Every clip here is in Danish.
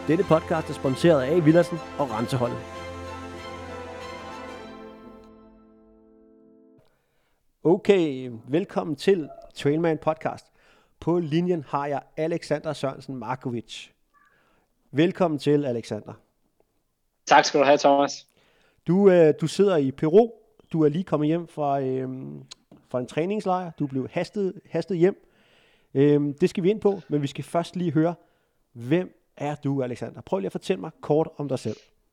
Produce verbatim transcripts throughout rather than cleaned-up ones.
Denne podcast er sponsoreret af A. Willersen og Renseholdet. Okay, velkommen til Trailman Podcast. På linjen har jeg Alexander Sørensen Markovic. Velkommen til, Alexander. Tak skal du have, Thomas. Du, øh, du sidder i Peru. Du er lige kommet hjem fra, øh, fra en træningslejr. Du blev hastet, hastet hjem. Øh, det skal vi ind på, men vi skal først lige høre, hvem er du, Alexander? Prøv lige at fortælle mig kort om dig selv.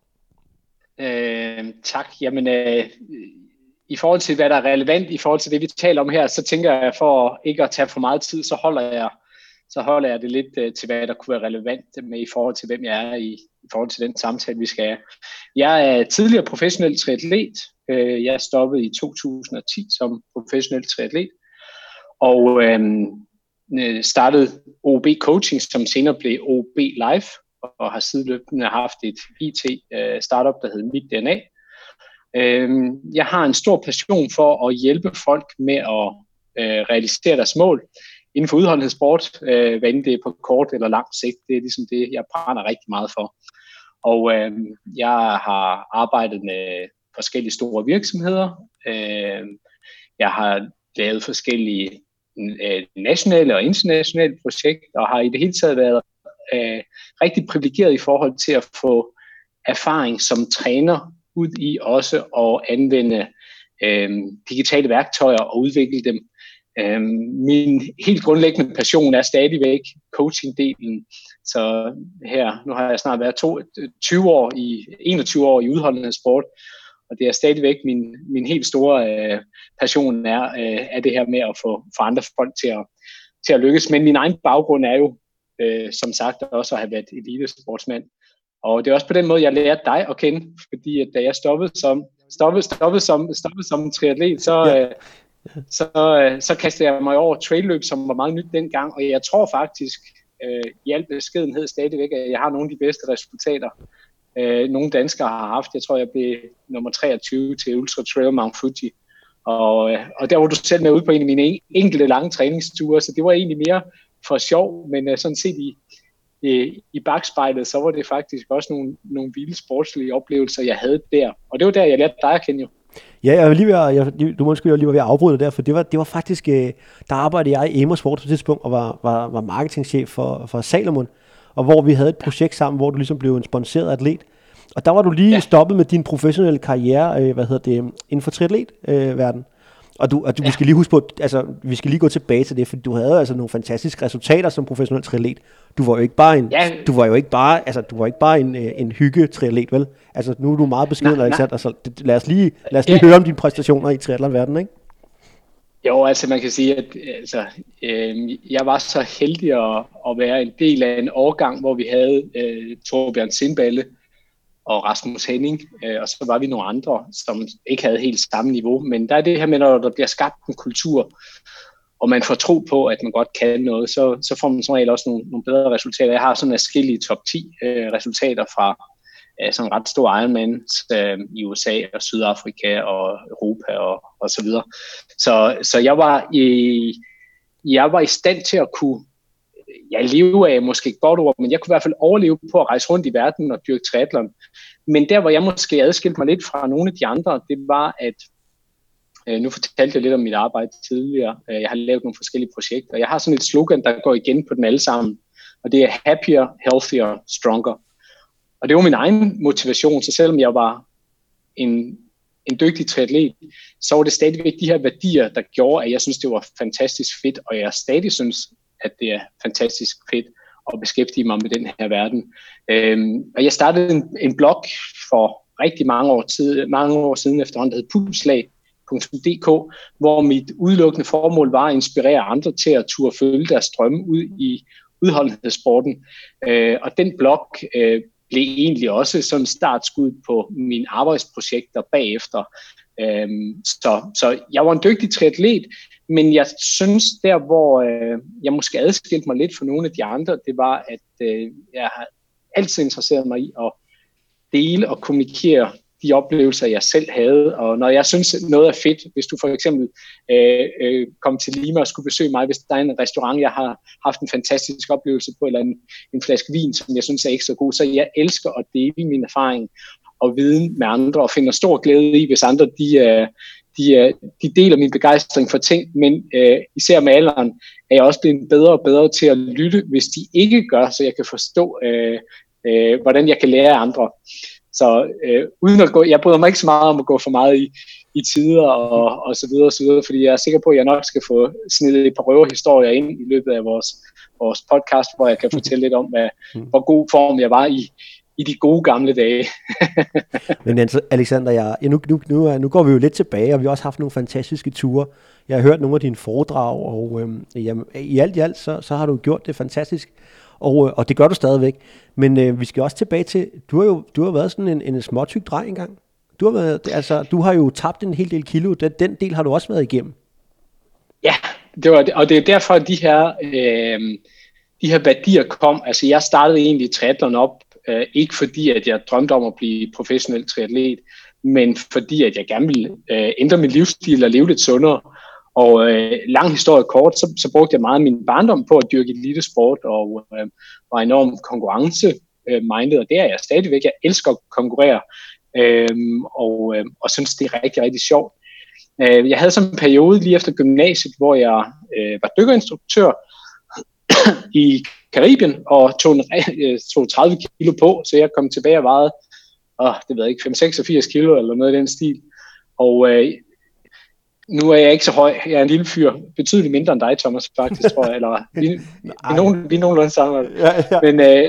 Øh, tak. Jamen, øh, i forhold til, hvad der er relevant i forhold til det, vi taler om her, så tænker jeg, for ikke at tage for meget tid, så holder jeg, så holder jeg det lidt øh, til, hvad der kunne være relevant med i forhold til, hvem jeg er i, i forhold til den samtale, vi skal have. Jeg er tidligere professionel triatlet. Øh, jeg stoppede i to tusind og ti som professionel triatlet. Og øh, startede O B Coaching, som senere blev O B Life, og har sideløbende haft et I T-startup, der hedder Mit D N A. Jeg har en stor passion for at hjælpe folk med at realisere deres mål inden for udholdenhedssport, hvad enten det er på kort eller lang sigt. Det er ligesom det, jeg brænder rigtig meget for. Og jeg har arbejdet med forskellige store virksomheder. Jeg har lavet forskellige nationale og internationale projekter, og har i det hele taget været øh, rigtig privilegeret i forhold til at få erfaring som træner ud i også at anvende øh, digitale værktøjer og udvikle dem. Øh, min helt grundlæggende passion er stadigvæk coaching-delen, så her, nu har jeg snart været to, tyve år i, enogtyve år i udholdenhedssport, og det er stadigvæk min, min helt store øh, passion er, øh, er det her med at få, få andre folk til at, til at lykkes. Men min egen baggrund er jo, øh, som sagt, også at have været elitesportsmand. Og det er også på den måde, jeg lærte dig at kende, fordi at da jeg stoppede som, stoppede, stoppede som, stoppede som triatlet, så, ja. øh, så, øh, så kastede jeg mig over trailløb, som var meget nyt dengang. Og jeg tror faktisk, øh, i al beskedenhed stadigvæk, at jeg har nogle af de bedste resultater, Øh, nogle danskere har haft. Jeg tror, jeg blev nummer treogtyve til Ultra Trail Mount Fuji. Og, øh, og der var du selv med ude på en af mine enkelte lange træningsture, så det var egentlig mere for sjov, men øh, sådan set i, i, i bagspejlet, så var det faktisk også nogle, nogle vilde sportslige oplevelser, jeg havde der. Og det var der, jeg lærte dig at kende jo. Ja, jeg var lige ved at, jeg, du måske lige var ved at afbryde der, for det var, det var faktisk, øh, der arbejdede jeg i Emo Sport på det tidspunkt, og var, var, var marketingchef for, for Salomon, og hvor vi havde et projekt sammen, hvor du ligesom blev en sponsoreret atlet. Og der var du lige ja. stoppet med din professionelle karriere, øh, hvad hedder det, inden for triatlet-verden. Øh, og du, og du ja. vi skal lige huske på, altså vi skal lige gå tilbage til det, for du havde altså nogle fantastiske resultater som professionel triatlet. Du var jo ikke bare en, ja. du var jo ikke bare, altså du var ikke bare en, en hygge triatlet, vel? Altså nu er du meget beskeden, Alexander, så lad os lige, lad os lige ja. høre om dine præstationer i triathlon-verdenen, ikke? Jo, altså man kan sige, at altså, øh, jeg var så heldig at, at være en del af en årgang, hvor vi havde øh, Torbjørn Sindballe og Rasmus Henning, øh, og så var vi nogle andre, som ikke havde helt samme niveau. Men der er det her med, når der bliver skabt en kultur, og man får tro på, at man godt kan noget, så, så får man som regel også nogle, nogle bedre resultater. Jeg har sådan forskellige top ti øh, resultater fra øh, sådan ret store Ironmans øh, i U S A og Sydafrika og Europa og, og så videre. Så, så jeg var i, jeg var i stand til at kunne jeg leve af måske ikke godt ord, men jeg kunne i hvert fald overleve på at rejse rundt i verden og dyrke triathlon. Men der, hvor jeg måske adskilte mig lidt fra nogle af de andre, det var, at øh, nu fortalte jeg lidt om mit arbejde tidligere. Jeg har lavet nogle forskellige projekter. Jeg har sådan et slogan, der går igen på dem alle sammen, og det er happier, healthier, stronger. Og det var min egen motivation, så selvom jeg var en, en dygtig triatlet, så var det stadigvæk de her værdier, der gjorde, at jeg synes, det var fantastisk fedt, og jeg stadig synes, at det er fantastisk fedt at beskæftige mig med den her verden. Øhm, og jeg startede en, en blog for rigtig mange år, tid, mange år siden efterhånden, der hed pulslag punktum d k, hvor mit udelukkende formål var at inspirere andre til at turde følge deres drømme ud i udholdenhedssporten. Øh, og den blog øh, blev egentlig også sådan startskud på mine arbejdsprojekter bagefter. Øhm, så, så jeg var en dygtig triatlet, men jeg synes der, hvor øh, jeg måske adskilte mig lidt fra nogle af de andre, det var, at øh, jeg har altid interesseret mig i at dele og kommunikere de oplevelser, jeg selv havde. Og når jeg synes, noget er fedt, hvis du for eksempel øh, øh, kom til Lima og skulle besøge mig, hvis der er en restaurant, jeg har haft en fantastisk oplevelse på, eller en, en flaske vin, som jeg synes er ikke så god, så jeg elsker at dele min erfaring og viden med andre, og finder stor glæde i, hvis andre de, øh, de, øh, de deler min begejstring for ting, men øh, især med alderen er jeg også blevet bedre og bedre til at lytte, hvis de ikke gør, så jeg kan forstå, øh, øh, hvordan jeg kan lære af andre. Så øh, uden at gå, jeg bryder mig ikke så meget om at gå for meget i, i tider og, og så videre og så videre, fordi jeg er sikker på, at jeg nok skal få snedet et par røverhistorier ind i løbet af vores, vores podcast, hvor jeg kan fortælle lidt om, hvad, hvor god form jeg var i, i de gode gamle dage. Men altså, Alexander, jeg, ja, nu, nu, nu, nu går vi jo lidt tilbage, og vi har også haft nogle fantastiske ture. Jeg har hørt nogle af dine foredrag, og øhm, jamen, i alt i alt, så, så har du gjort det fantastisk. Og, og det gør du stadigvæk. Men øh, vi skal også tilbage til, du har jo du har været sådan en, en småtyk dreng engang. Du har, været, altså, du har jo tabt en hel del kilo. Den, den del har du også været igennem. Ja, det var, og det er derfor, at de her, øh, de her værdier kom. Altså, jeg startede egentlig triathlon op, øh, ikke fordi, at jeg drømte om at blive professionel triatlet, men fordi, at jeg gerne ville øh, ændre min livsstil og leve lidt sundere. Og øh, lang historie kort, så, så brugte jeg meget min barndom på at dyrke elitesport og øh, var enormt konkurrence-minded, og det er jeg stadigvæk. Jeg elsker at konkurrere øh, og, øh, og synes, det er rigtig, rigtig sjovt. Øh, jeg havde sådan en periode lige efter gymnasiet, hvor jeg øh, var dykkerinstruktør i Karibien og tog, øh, tog tredive kilo på, så jeg kom tilbage og vejede, åh, det ved jeg ikke, fem seksogfirs kilo eller noget i den stil. Og øh, nu er jeg ikke så høj. Jeg er en lille fyr. Betydeligt mindre end dig, Thomas, faktisk, tror jeg. Eller, vi, vi, er nogen, vi er nogenlunde sammen. Ja, ja. Men, øh,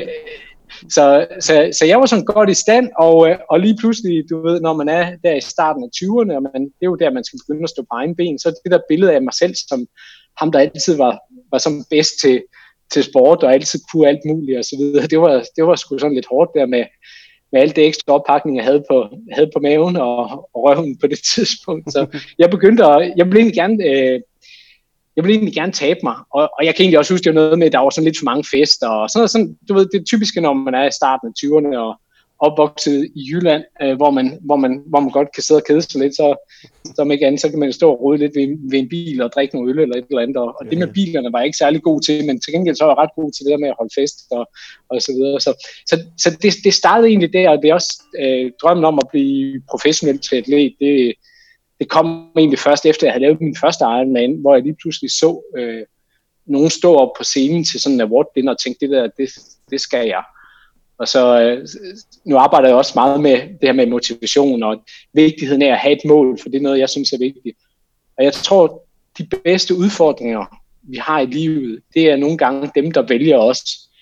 så, så, så jeg var sådan godt i stand, og, øh, og lige pludselig, du ved, når man er der i starten af tyverne, og man, det er jo der, man skal begynde at stå på egen ben, så det der billede af mig selv, som ham, der altid var, var som bedst til, til sport, og altid kunne alt muligt, og så videre, det var, det var sgu sådan lidt hårdt der med, med alt det ekstra oppakning, jeg havde på, havde på maven og, og røven på det tidspunkt. Så jeg begyndte at, jeg ville egentlig gerne, øh, jeg ville egentlig gerne tabe mig, og, og jeg kan egentlig også huske, det var noget med, at der var sådan lidt for mange fester, og sådan noget, sådan, du ved, det er typiske, når man er i starten af tyverne, og opvokset i Jylland, øh, hvor, man, hvor, man, hvor man godt kan sidde og kede sig lidt, så, så om ikke andet, så kan man stå og rode lidt ved, ved en bil og drikke nogle øl eller et eller andet, og, og det med bilerne var jeg ikke særlig god til, men til gengæld så var jeg ret god til det der med at holde fest og, og så videre. Så, så, så det, det startede egentlig der, og det er også øh, drømmen om at blive professionel triatlet, det, det kom egentlig først efter, jeg havde lavet min første Ironman, hvor jeg lige pludselig så øh, nogen stå op på scenen til sådan en award dinner og tænkte, det der, det, det skal jeg. Og så øh, nu arbejder jeg også meget med det her med motivation og vigtigheden af at have et mål, for det er noget, jeg synes er vigtigt. Og jeg tror, de bedste udfordringer, vi har i livet, det er nogle gange dem, der vælger os,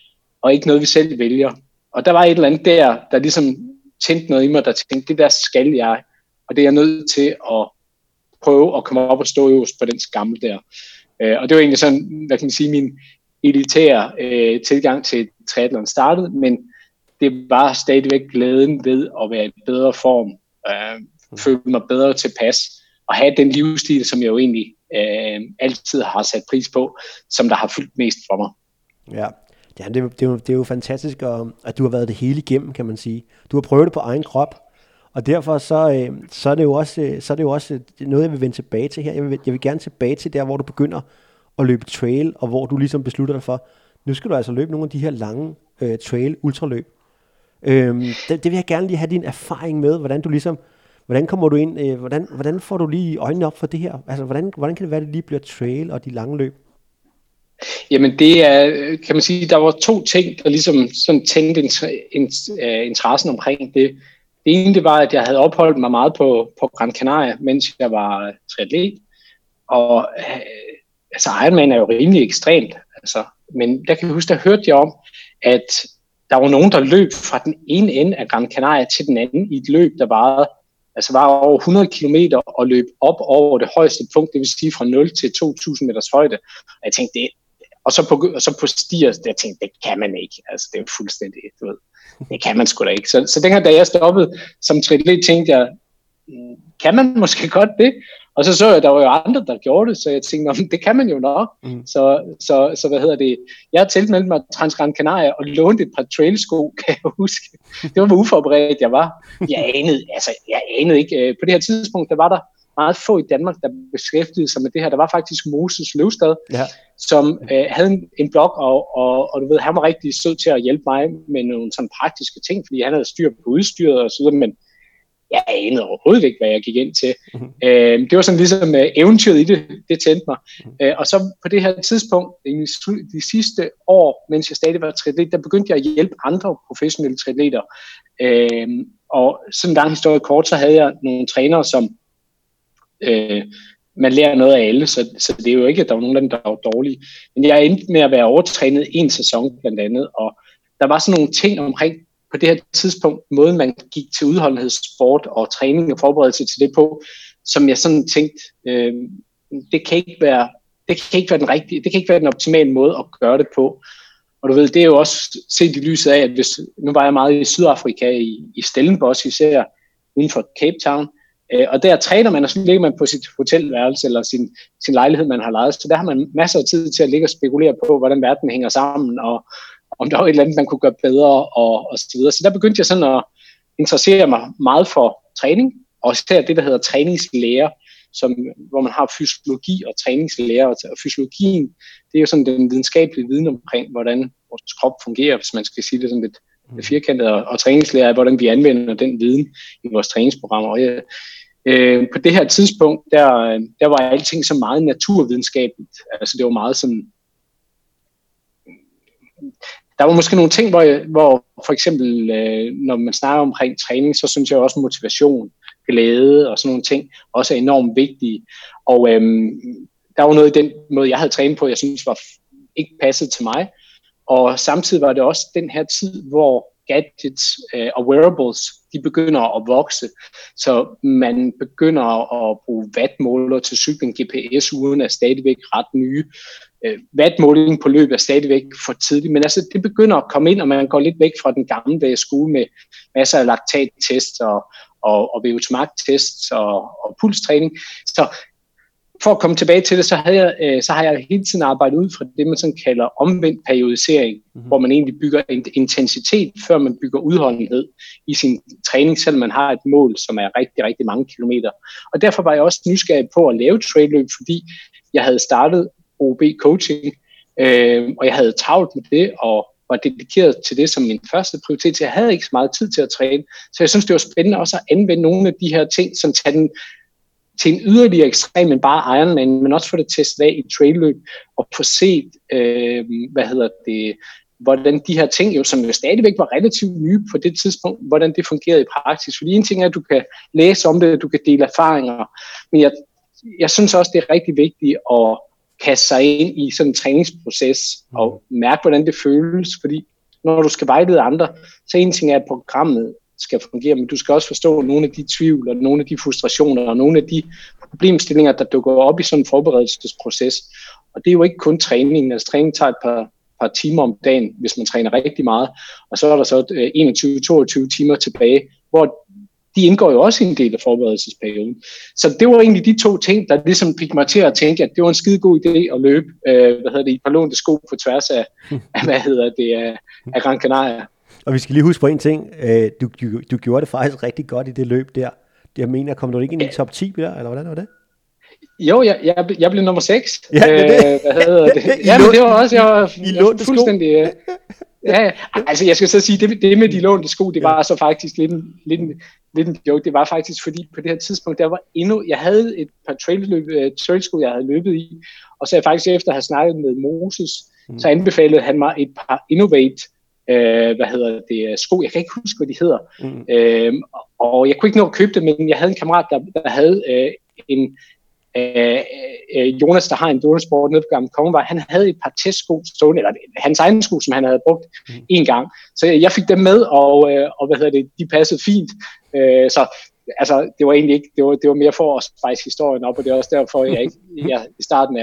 og ikke noget, vi selv vælger. Og der var et eller andet der, der ligesom tændte noget i mig, der tænkte, det der skal jeg, og det er jeg nødt til at prøve at komme op og stå øverst på den skammel der. Øh, og det var egentlig sådan, hvad kan man sige, min elitære øh, tilgang til triathlon startede, men det var stadigvæk glæden ved at være i bedre form, øh, føle mig bedre tilpas, og have den livsstil, som jeg jo egentlig øh, altid har sat pris på, som der har fyldt mest for mig. Ja, ja det, det, er jo, det er jo fantastisk, at du har været det hele igennem, kan man sige. Du har prøvet det på egen krop, og derfor så, øh, så, er det jo også, så er det jo også noget, jeg vil vende tilbage til her. Jeg vil, jeg vil gerne tilbage til der, hvor du begynder at løbe trail, og hvor du ligesom beslutter dig for, nu skal du altså løbe nogle af de her lange øh, trail ultraløb. Øhm, det, det vil jeg gerne lige have din erfaring med, hvordan du ligesom, hvordan kommer du ind, øh, hvordan, hvordan får du lige øjnene op for det her? Altså, hvordan, hvordan kan det være, at det lige bliver trail og de lange løb? Jamen, det er, kan man sige, der var to ting, der ligesom sådan tændte interessen omkring det. Det ene, det var, at jeg havde opholdt mig meget på, på Gran Canaria, mens jeg var triatlet, og øh, altså Ironman er jo rimelig ekstremt, altså, men der kan jeg huske, der hørte jeg om, at der var nogen, der løb fra den ene ende af Gran Canaria til den anden i et løb, der varede, altså var over hundrede kilometer og løb op over det højeste punkt, det vil sige fra nul til to tusind meters højde. Og jeg tænkte, det, og så på, og så på stier, jeg tænkte, det kan man ikke. Altså, det er jo fuldstændig, du ved, det kan man sgu da ikke. Så, så dengang, da jeg stoppede som triatlet, tænkte jeg, kan man måske godt det? Og så så jeg, at der var jo andre, der gjorde det, så jeg tænkte, det kan man jo nok. Mm. Så, så, så hvad hedder det, jeg har tilmeldt mig Transgran Canaria og lånte et par trailsko, kan jeg huske. Det var, hvor uforberedt jeg var. Jeg anede, altså, jeg anede ikke. På det her tidspunkt, der var der meget få i Danmark, der beskæftigede sig med det her. Der var faktisk Moses Løvstad, ja. som øh, havde en, en blog, og, og, og du ved, han var rigtig sød til at hjælpe mig med nogle sådan praktiske ting, fordi han havde styr på udstyret og så videre, men jeg anede overhovedet ikke, hvad jeg gik ind til. Mm-hmm. Øh, det var sådan ligesom øh, eventyret i det, det tændte mig. Mm-hmm. Øh, og så på det her tidspunkt, i de sidste år, mens jeg stadig var triatlet, der begyndte jeg at hjælpe andre professionelle triatleter. Øh, og sådan en lang historie kort, så havde jeg nogle trænere, som øh, man lærer noget af alle, så, så det er jo ikke, at der var nogen af dem, der var dårlige. Men jeg endte med at være overtrænet en sæson blandt andet, og der var sådan nogle ting omkring på det her tidspunkt, måden man gik til udholdenhedssport og træning og forberedelse til det på, som jeg sådan tænkte, øh, det kan ikke være, det kan ikke være den rigtige, det kan ikke være den optimale måde at gøre det på. Og du ved, det er jo også set i lyset af, at hvis, nu var jeg meget i Sydafrika, i, i Stellenbosch især, uden for Cape Town, øh, og der træner man, og så ligger man på sit hotelværelse eller sin, sin lejlighed, man har lejet, så der har man masser af tid til at ligge og spekulere på, hvordan verden hænger sammen, og om der var et eller andet, man kunne gøre bedre, og, og så videre. Så der begyndte jeg sådan at interessere mig meget for træning, og især det, der hedder træningslære, som, hvor man har fysiologi og træningslære. Og fysiologien, det er jo sådan den videnskabelige viden omkring, hvordan vores krop fungerer, hvis man skal sige det sådan lidt, lidt firkantet, og, og træningslære er, hvordan vi anvender den viden i vores træningsprogrammer. Og jeg, øh, på det her tidspunkt, der, der var alting så meget naturvidenskabeligt. Altså det var meget sådan... Der var måske nogle ting, hvor, jeg, hvor for eksempel, øh, når man snakker omkring træning, så synes jeg også motivation, glæde og sådan nogle ting også er enormt vigtige. Og øhm, der var noget i den måde, jeg havde trænet på, jeg synes var ikke passet til mig. Og samtidig var det også den her tid, hvor gadgets øh, og wearables, de begynder at vokse. Så man begynder at bruge wattmåler til cykling, G P S-ugeren er stadigvæk ret nye. Øh, wattmåling på løb er stadigvæk for tidligt, men altså det begynder at komme ind, og man går lidt væk fra den gamle skole med masser af laktattests og, og, og V O to max-tests og, og pulstræning. Så for at komme tilbage til det, så, havde jeg, øh, så har jeg hele tiden arbejdet ud fra det, man sådan kalder omvendt periodisering, mm-hmm. hvor man egentlig bygger en intensitet, før man bygger udholdenhed i sin træning, selvom man har et mål, som er rigtig, rigtig mange kilometer. Og derfor var jeg også nysgerrig på at lave trailløb, fordi jeg havde startet O B coaching, øh, og jeg havde travlt med det, og var dedikeret til det som min første prioritet, så jeg havde ikke så meget tid til at træne. Så jeg synes, det var spændende også at anvende nogle af de her ting, som tager den til en yderligere ekstrem end bare Ironman, men også få det testet af i trailløb, og få set, øh, hvad hedder det, hvordan de her ting, jo, som jo stadigvæk var relativt nye på det tidspunkt, hvordan det fungerede i praksis. Fordi en ting er, at du kan læse om det, du kan dele erfaringer, men jeg, jeg synes også, det er rigtig vigtigt at kaste sig ind i sådan en træningsproces og mærke, hvordan det føles, fordi når du skal vejlede andre, så en ting er, at programmet skal fungere, men du skal også forstå nogle af de tvivl og nogle af de frustrationer og nogle af de problemstillinger, der dukker op i sådan en forberedelsesproces. Og det er jo ikke kun træningen, altså træning tager et par, par timer om dagen, hvis man træner rigtig meget, og så er der så enogtyve til toogtyve timer tilbage, hvor de indgår jo også i en del af forberedelsesperioden. Så det var egentlig de to ting, der ligesom fik mig til at tænke, at det var en skide god idé at løbe øh, hvad hedder det, i et par lånte sko på tværs af, af hvad hedder det, af, af Gran Canaria. Og vi skal lige huske på en ting. Du, du, du gjorde det faktisk rigtig godt i det løb der. Jeg mener, kom du ikke ind i top ti der, eller hvordan var det? Jo, jeg, jeg, jeg blev nummer seks. Ja, det er det. Øh, hvad hedder det? Ja, men det var også, jeg var, jeg var fuldstændig... Øh, ja, altså jeg skal så sige, det, det med de lånte sko, det var så faktisk lidt en, lidt en, lidt en joke. Det var faktisk, fordi på det her tidspunkt, der var endnu... Jeg havde et par trailsko, jeg havde løbet i, og så jeg faktisk efter at have snakket med Moses, mm. så anbefalede han mig et par Innovate, Øh, hvad hedder det, sko, jeg kan ikke huske, hvad de hedder, mm. øh, og jeg kunne ikke nå at købe det, men jeg havde en kammerat, der, der havde øh, en øh, øh, Jonas, der har en Dualsport nede på Gamle Kongevej, han havde et par testsko stående, eller hans egne sko, som han havde brugt mm. en gang, så jeg fik dem med, og, øh, og hvad hedder det, de passede fint, øh, så altså, det var egentlig ikke, det var, det var mere for at spice historien op, og det er også derfor, jeg ikke, jeg i starten af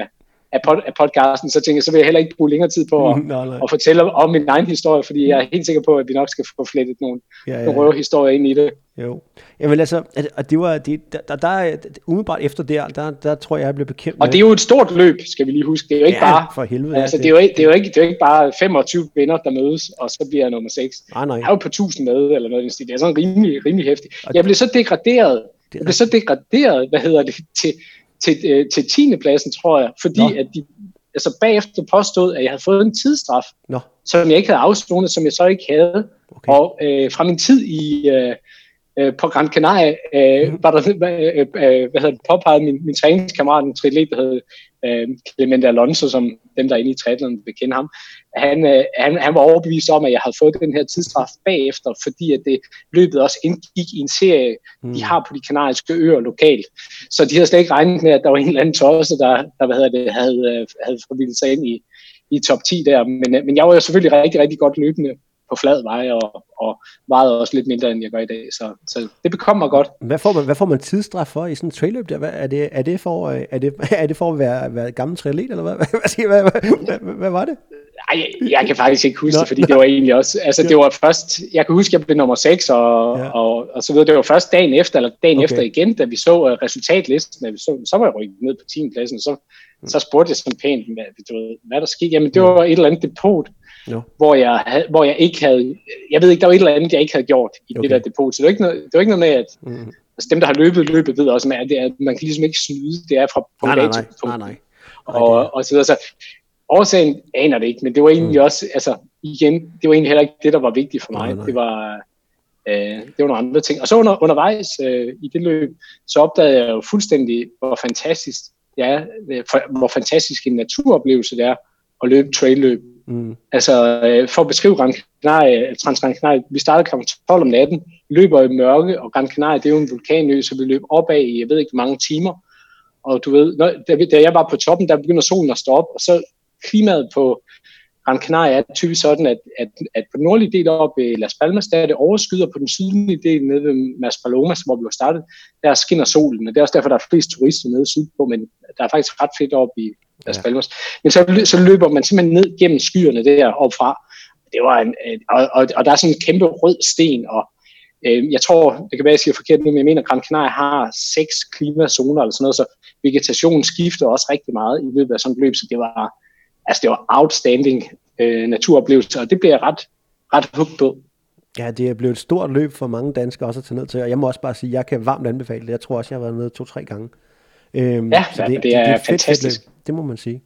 af, pod, af podcasten, så tænker jeg, så vil jeg heller ikke bruge længere tid på at, mm, nej, nej. at fortælle om min egen historie, fordi jeg er helt sikker på, at vi nok skal få flettet nogle, ja, ja, ja. nogle røve historier ind i det. Jo. Jamen altså, og det var, det, der, der, umiddelbart efter det, der, der tror jeg, jeg blev bekendt med. Og det er jo et stort løb, skal vi lige huske. Det er jo ikke ja, bare, for helvede. Altså, det, er jo ikke, det, er jo ikke, det er jo ikke bare femogtyve venner, der mødes, og så bliver jeg nummer seks. Nej, nej. Jeg er jo på tusind med, eller noget. Det er sådan rimelig, rimelig hæftigt. Jeg blev så degraderet, jeg blev så degraderet, hvad hedder det, til, til, til tiende pladsen, tror jeg, fordi Nå. at de altså bagefter påstod, at jeg havde fået en tidsstraf, Nå. som jeg ikke havde afsonet, som jeg så ikke havde. Okay. Og øh, fra min tid i øh, øh, på Gran Canaria, øh, mm. var der øh, øh, hvad hedder det, påpeget min, min træningskammerat, en triatlet, der hed øh, Clemente Alonso, som dem der inde i triathlon vil kende ham. Han, øh, han, han var overbevist om, at jeg havde fået den her tidsstraf bagefter, fordi at det løbet også indgik i en serie, mm. de har på de kanariske øer lokalt. Så de havde slet ikke regnet med, at der var en eller anden tosse, der, der hvad hedder det, havde, havde forvildet sig ind i, i top ti der. Men, men jeg var jo selvfølgelig rigtig, rigtig godt løbende på flad vej, og, og vejede også lidt mindre, end jeg gør i dag. Så, så det bekommer godt. Hvad får man, hvad får man tidsstraf for i sådan en trailløb der? Hvad, er, det, er, det for, er, det, er det for at være, være gammel triatlet, eller hvad? Hvad, hvad, hvad, hvad, hvad var det? Nej, jeg, jeg kan faktisk ikke huske nå, det, fordi nå. det var egentlig også, altså det var først, jeg kan huske, at jeg blev nummer seks, og, ja. og, og så videre. Det var først dagen efter, eller dagen okay. efter igen, da vi så uh, resultatlisten, da vi så, så var jeg rykket ned på tiende pladsen, og så, mm. så spurgte jeg sådan pænt, hvad, du ved, hvad der skete. Jamen det var et eller andet depot, no. hvor, jeg havde, hvor jeg ikke havde, jeg ved ikke, der var et eller andet, jeg ikke havde gjort i okay. det der depot, så det var ikke noget, det var ikke noget med, at mm. altså dem, der har løbet løbet, ved også, at, det er, at man kan ligesom ikke snyde, det er fra punkt A til punkt. Nej, nej. Og, og så videre, så årsagen aner det ikke, men det var egentlig mm. også, altså igen, det var egentlig heller ikke det, der var vigtigt for mig. Nej, nej. Det var øh, det var nogle andre ting. Og så under, undervejs øh, i det løb, så opdagede jeg jo fuldstændig, hvor fantastisk det er, for, hvor fantastisk en naturoplevelse det er at løbe trailløb. Mm. Altså øh, for at beskrive Gran Canaria, Transgran Canaria, vi startede klokken tolv om natten, løber i mørke, og Gran Canaria, det er jo en vulkanø, så vi løb opad i, jeg ved ikke, hvor mange timer. Og du ved, når, da, da jeg var på toppen, der begynder solen at stå op, og så klimaet på Gran Canaria er typisk sådan, at, at, at på den nordlige del oppe ved Las Palmas, der er det overskyder, på den sydlige del nede ved Maspalomas, hvor vi var startet, der skinner solen, og det er også derfor, der er flest turister nede sydpå, men der er faktisk ret fedt oppe i Las Palmas. Ja. Men så, så løber man simpelthen ned gennem skyerne der opfra. Det var en, og, og, og der er sådan en kæmpe rød sten, og øh, jeg tror, det kan være, at jeg siger forkert nu, men jeg mener, at Gran Canaria har seks klimazoner eller sådan noget, så vegetationen skifter også rigtig meget i løbet af sådan et løb, så det var Altså, det var outstanding øh, naturoplevelse, og det bliver jeg ret, ret hooked på. Ja, det er blevet et stort løb for mange danskere også at tage ned til, og jeg må også bare sige, at jeg kan varmt anbefale det. Jeg tror også, jeg har været nede to-tre gange. Øhm, ja, så det, det, det er, det er fantastisk. Fedt, det må man sige.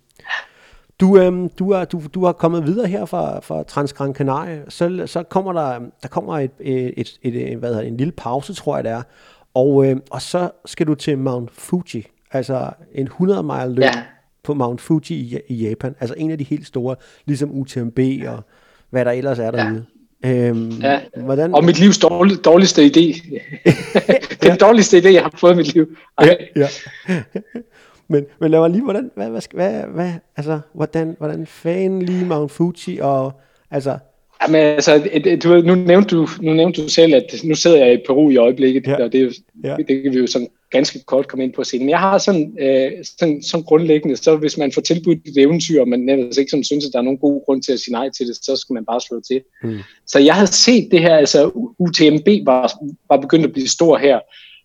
Du, øhm, du, er, du, du har kommet videre her fra, fra Transgran Canaria, så, så kommer der, der kommer et, et, et, et, hvad hedder det, en lille pause, tror jeg det er, og, øh, og så skal du til Mount Fuji, altså en hundrede mile løb. Ja. På Mount Fuji i, i Japan, altså en af de helt store, ligesom U T M B og hvad der ellers er derude. Ja. Øhm, ja. Hvordan... Og mit livs dårlig, dårligste idé. Den ja. dårligste idé, jeg har fået i mit liv. Ja, ja. men, men lad mig lige, hvordan, hvad, hvad, hvad, hvad, altså, hvordan, hvordan fanden lige Mount Fuji, og altså... Jamen, altså, du ved, nu nævnte du, nu nævnte du selv, at nu sidder jeg i Peru i øjeblikket, ja. og det, ja. det kan vi jo sådan ganske kort komme ind på senere. Men jeg har sådan, øh, sådan, sådan grundlæggende, så hvis man får tilbudt et eventyr, og man ellers ikke som synes, at der er nogen god grund til at sige nej til det, så skal man bare slå til. Hmm. Så jeg havde set det her, altså U T M B var, var begyndt at blive stor her,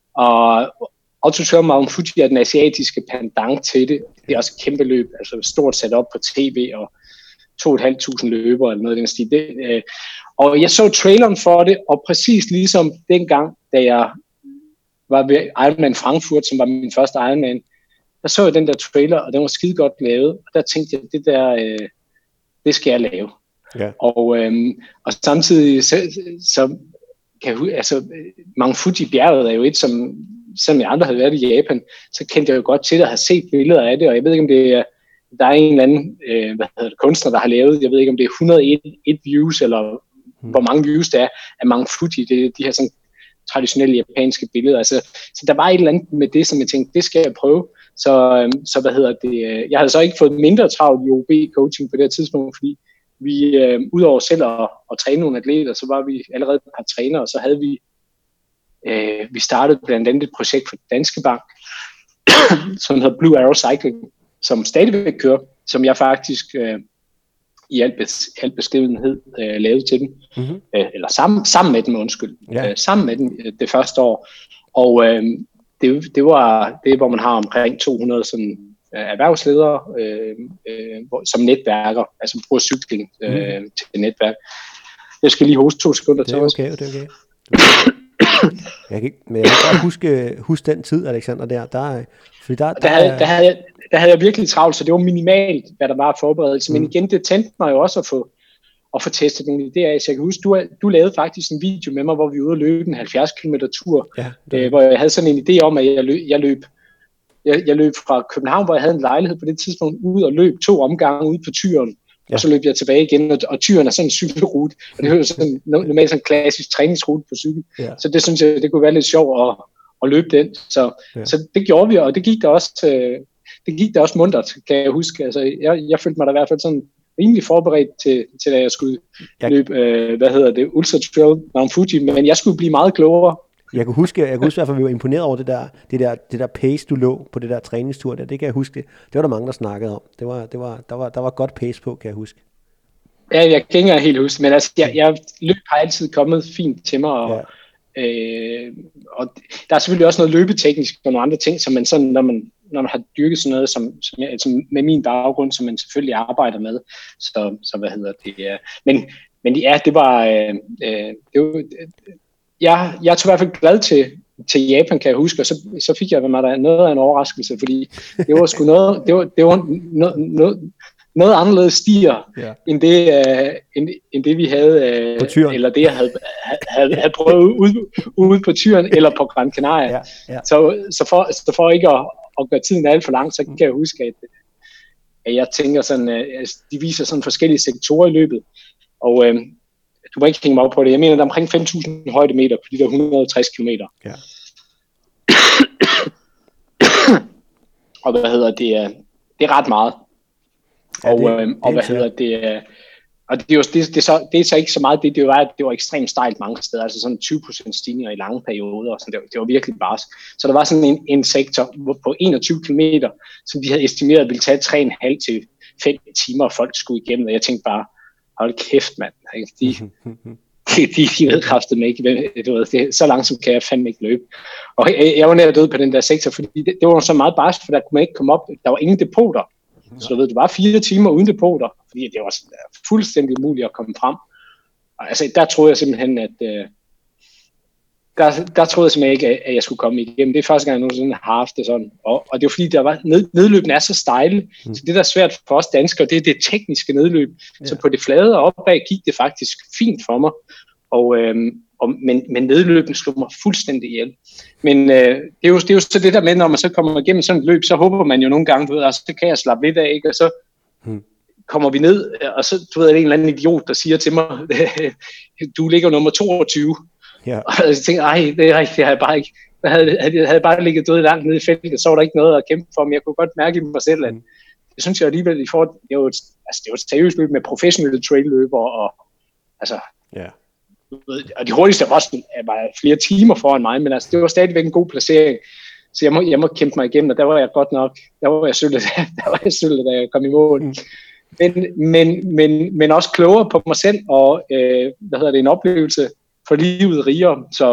og AutoTrail Mount Fuji er den asiatiske pendant til det. Det er også et kæmpe løb, altså stort sat op på tv, og to og et halvt tusind løber, eller noget af den stil. Det, øh, og jeg så traileren for det, og præcis ligesom dengang, da jeg var ved Ironman Frankfurt, som var min første Ironman, der så jeg den der trailer, og den var skide godt lavet, og der tænkte jeg, det der, øh, det skal jeg lave. Yeah. Og, øh, og samtidig, så, så kan jeg, altså, Mount Fuji-bjerget er jo et, som, selvom jeg andre havde været i Japan, så kendte jeg jo godt til det, og har set billeder af det, og jeg ved ikke, om det er der er en eller anden øh, hvad hedder det, kunstner, der har lavet, jeg ved ikke, om det er et hundrede og en views, eller hmm. hvor mange views der er af Mount Fuji, det er de her sådan traditionelle japanske billeder. Altså, så der var et eller andet med det, som jeg tænkte, det skal jeg prøve. Så, øh, så hvad hedder det, jeg havde så ikke fået mindre travlt i O B-coaching på det her tidspunkt, fordi vi, øh, udover selv at, at træne nogle atleter, så var vi allerede et par trænere, og så havde vi, øh, vi startede blandt andet et projekt for Danske Bank, som hedder Blue Arrow Cycling, som stadigvæk kører, som jeg faktisk øh, i al, bes, al beskedenhed øh, lavede til dem, mm-hmm. øh, eller sammen, sammen med dem, undskyld, ja. øh, sammen med dem øh, det første år. Og øh, det, det var det, hvor man har omkring to hundrede sådan, øh, erhvervsledere øh, øh, hvor, som netværker, altså bruger cykling øh, mm. til netværk. Jeg skal lige hoste to sekunder. Det er okay, det er okay. Jeg kan, men jeg kan godt huske, huske den tid, Alexander, der. der, fordi der, der, der, havde, der, havde jeg, der havde jeg virkelig travlt, så det var minimalt, hvad der var af forberedelse. Mm. Men igen, det tændte mig jo også at få, at få testet nogle idéer. Så jeg kan huske, du, du lavede faktisk en video med mig, hvor vi var ude og løbe en halvfjerds kilometer tur, ja, øh, hvor jeg havde sådan en idé om, at jeg løb, jeg løb jeg, jeg løb fra København, hvor jeg havde en lejlighed på det tidspunkt, ud og løb to omgange ude på Tyren. Ja. Og så løb jeg tilbage igen, og, og Tyren er sådan en cykelrute, og det er jo sådan, normalt sådan en klassisk træningsrute på cykel. Ja. Så det synes jeg, det kunne være lidt sjovt at, at løbe den. Så, ja. så det gjorde vi, og det gik der også, øh, det gik der også muntert, kan jeg huske. Altså, jeg, jeg følte mig da i hvert fald sådan rimelig forberedt til, til at jeg skulle jeg... løbe, øh, hvad hedder det, Ultra Trail Mount Fuji, men jeg skulle blive meget klogere. Jeg kunne huske, jeg kunne huske i hvert fald, vi var imponeret over det der, det der, det der pace, du lå på det der træningstur der. Det kan jeg huske. Det, det var der mange, der snakkede om. Det var, det var, der var, der var godt pace på, kan jeg huske. Ja, jeg kan ikke helt huske, men altså, jeg, jeg løb har altid kommet fint til mig, og, ja. øh, og der er selvfølgelig også noget løbeteknisk og nogle andre ting, som man sådan, når man, når man har dyrket sådan noget, som, som, jeg, som med min baggrund, som man selvfølgelig arbejder med, så, så hvad hedder det, ja. men, men ja, det var, øh, øh, det var jeg, jeg tog i hvert fald glad til, til Japan, kan jeg huske, og så, så fik jeg mig der noget af en overraskelse, fordi det var sgu noget, det var, det var noget, noget, noget anderledes stier, ja. end, det, uh, end, end det vi havde, uh, eller det jeg havde, havde, havde prøvet ude, ude på Tyren, eller på Gran Canaria. Ja, ja. Så, så, for, så for ikke at, at gøre tiden alt for lang, så kan jeg huske, at, at jeg tænker sådan, uh, de viser sådan forskellige sektorer i løbet, og uh, du må ikke hænge mig op på det. Jeg mener, der er omkring fem tusind højdemeter på de der et hundrede og tres kilometer. Ja. Og hvad hedder det? Det er ret meget. Ja, og, det, øh, og hvad hedder det? Og det er jo det, det, er så, det er så ikke så meget det, det var, at det var ekstremt stejlt mange steder, altså sådan tyve procent stigninger i lange perioder, og sådan, det, var, det var virkelig barsk. Så der var sådan en, en sektor på enogtyve kilometer, som de havde estimeret ville tage tre komma fem til fem timer, og folk skulle igennem, og jeg tænkte bare, hold kæft, mand. De, de, de, de ved kraftedeme ikke. Du ved, det, så langsomt kan jeg fandme ikke løbe. Og jeg, jeg var nær død på den der sektor, fordi det, det var så meget barsk, for der kunne man ikke komme op. Der var ingen depoter. Så du ved, det var fire timer uden depoter, fordi det var fuldstændig umuligt at komme frem. Og, altså, der troede jeg simpelthen, at øh, der, der troede jeg simpelthen ikke, at jeg skulle komme igennem. Det er første gang, jeg nogensinde har haft det sådan. Og, og det var fordi, der var ned, nedløbene er så stejle, mm. så det der er svært for os danskere, det er det tekniske nedløb. Ja. Så på det flade og opad gik det faktisk fint for mig. Og, øhm, og, men, men nedløbene slog mig fuldstændig ihjel. Men øh, det, er jo, det er jo så det der med, når man så kommer igennem sådan et løb, så håber man jo nogle gange, du ved, altså, så kan jeg slappe lidt af, ikke? Og så mm. kommer vi ned, og så du ved, er det en eller anden idiot, der siger til mig, du ligger nummer toogtyve. Yeah. Og jeg tænkte, ej, det er rigtigt, det havde jeg bare ikke. Jeg havde, havde, havde bare ligget død langt nede i feltet, så var der ikke noget at kæmpe for, men jeg kunne godt mærke i mig selv, at jeg synes jeg alligevel, i forhold, det var et, altså, det var et seriøst løb med professionelle trailløber, og altså, yeah. og de hurtigste var også var flere timer foran mig, men altså, det var stadigvæk en god placering, så jeg må, jeg må kæmpe mig igennem, og der var jeg godt nok, der var jeg sølvet, der var jeg sølvet, da jeg kom i mål. Mm. Men, men, men, men også klogere på mig selv, og øh, hvad hedder det, en oplevelse for livet rigere, så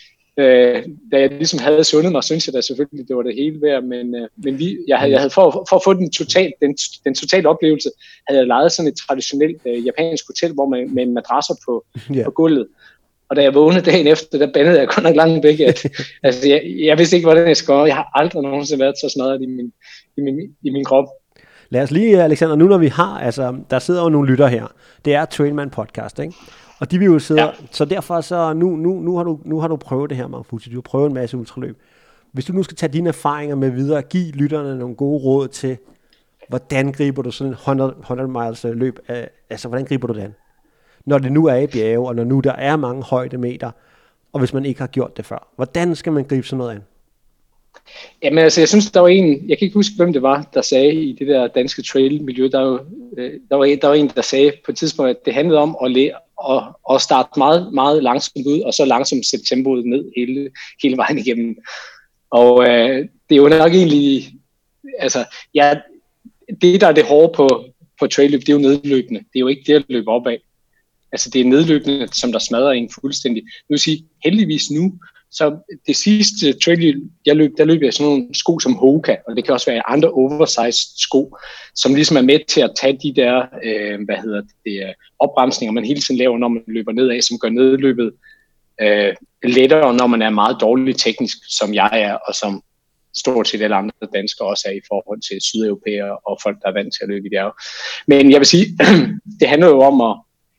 øh, da jeg ligesom havde sundet mig, synes jeg da selvfølgelig, det var det hele værd, men, øh, men vi, jeg, havde, jeg havde for, for at få den total, den, den totale oplevelse, havde jeg lejet sådan et traditionelt øh, japansk hotel, hvor man med madrasser på, yeah. på gulvet, og da jeg vågnede dagen efter, der bandede jeg godt nok langt væk, at altså, jeg, jeg vidste ikke, hvordan jeg skulle, jeg har aldrig nogensinde været så smadret i min, i min, i min krop. Lad os lige, Alexander, nu når vi har, altså, der sidder jo nogle lytter her, det er Trailman Podcast, ikke? Og de vil jo sidde, ja. Så derfor så, nu, nu, nu, har du, nu har du prøvet det her, Mount Fuji, du har prøvet en masse ultraløb. Hvis du nu skal tage dine erfaringer med videre, give lytterne nogle gode råd til, hvordan griber du sådan en hundrede, hundrede miles løb, altså hvordan griber du det an? Når det nu er i bjerge, og når nu der er mange højdemeter, og hvis man ikke har gjort det før, hvordan skal man gribe sådan noget an? Jamen altså, jeg synes, der var en, jeg kan ikke huske, hvem det var, der sagde i det der danske trail-miljø, der, jo, der, var, der var en, der sagde på et tidspunkt, at det handlede om at, lære, at, at starte meget, meget langsomt ud, og så langsomt sætte tempoet ned hele, hele vejen igennem. Og øh, det er jo nok egentlig, altså, jeg, det, der er det hårde på, på trailløb, det er jo nedløbende. Det er jo ikke det at løbe opad. Altså det er nedløbende, som der smadrer en fuldstændig. Nu vil sige, heldigvis nu, så det sidste trail, jeg løb, der løb jeg sådan nogle sko som Hoka, og det kan også være andre oversized sko, som ligesom er med til at tage de der, øh, hvad hedder det, opbremsninger, man hele tiden laver, når man løber nedad, som gør nedløbet øh, lettere, når man er meget dårlig teknisk, som jeg er, og som stort set alle andre danskere også er i forhold til sydeuropæere og folk, der er vant til at løbe i bjerge. Men jeg vil sige, det handler jo om at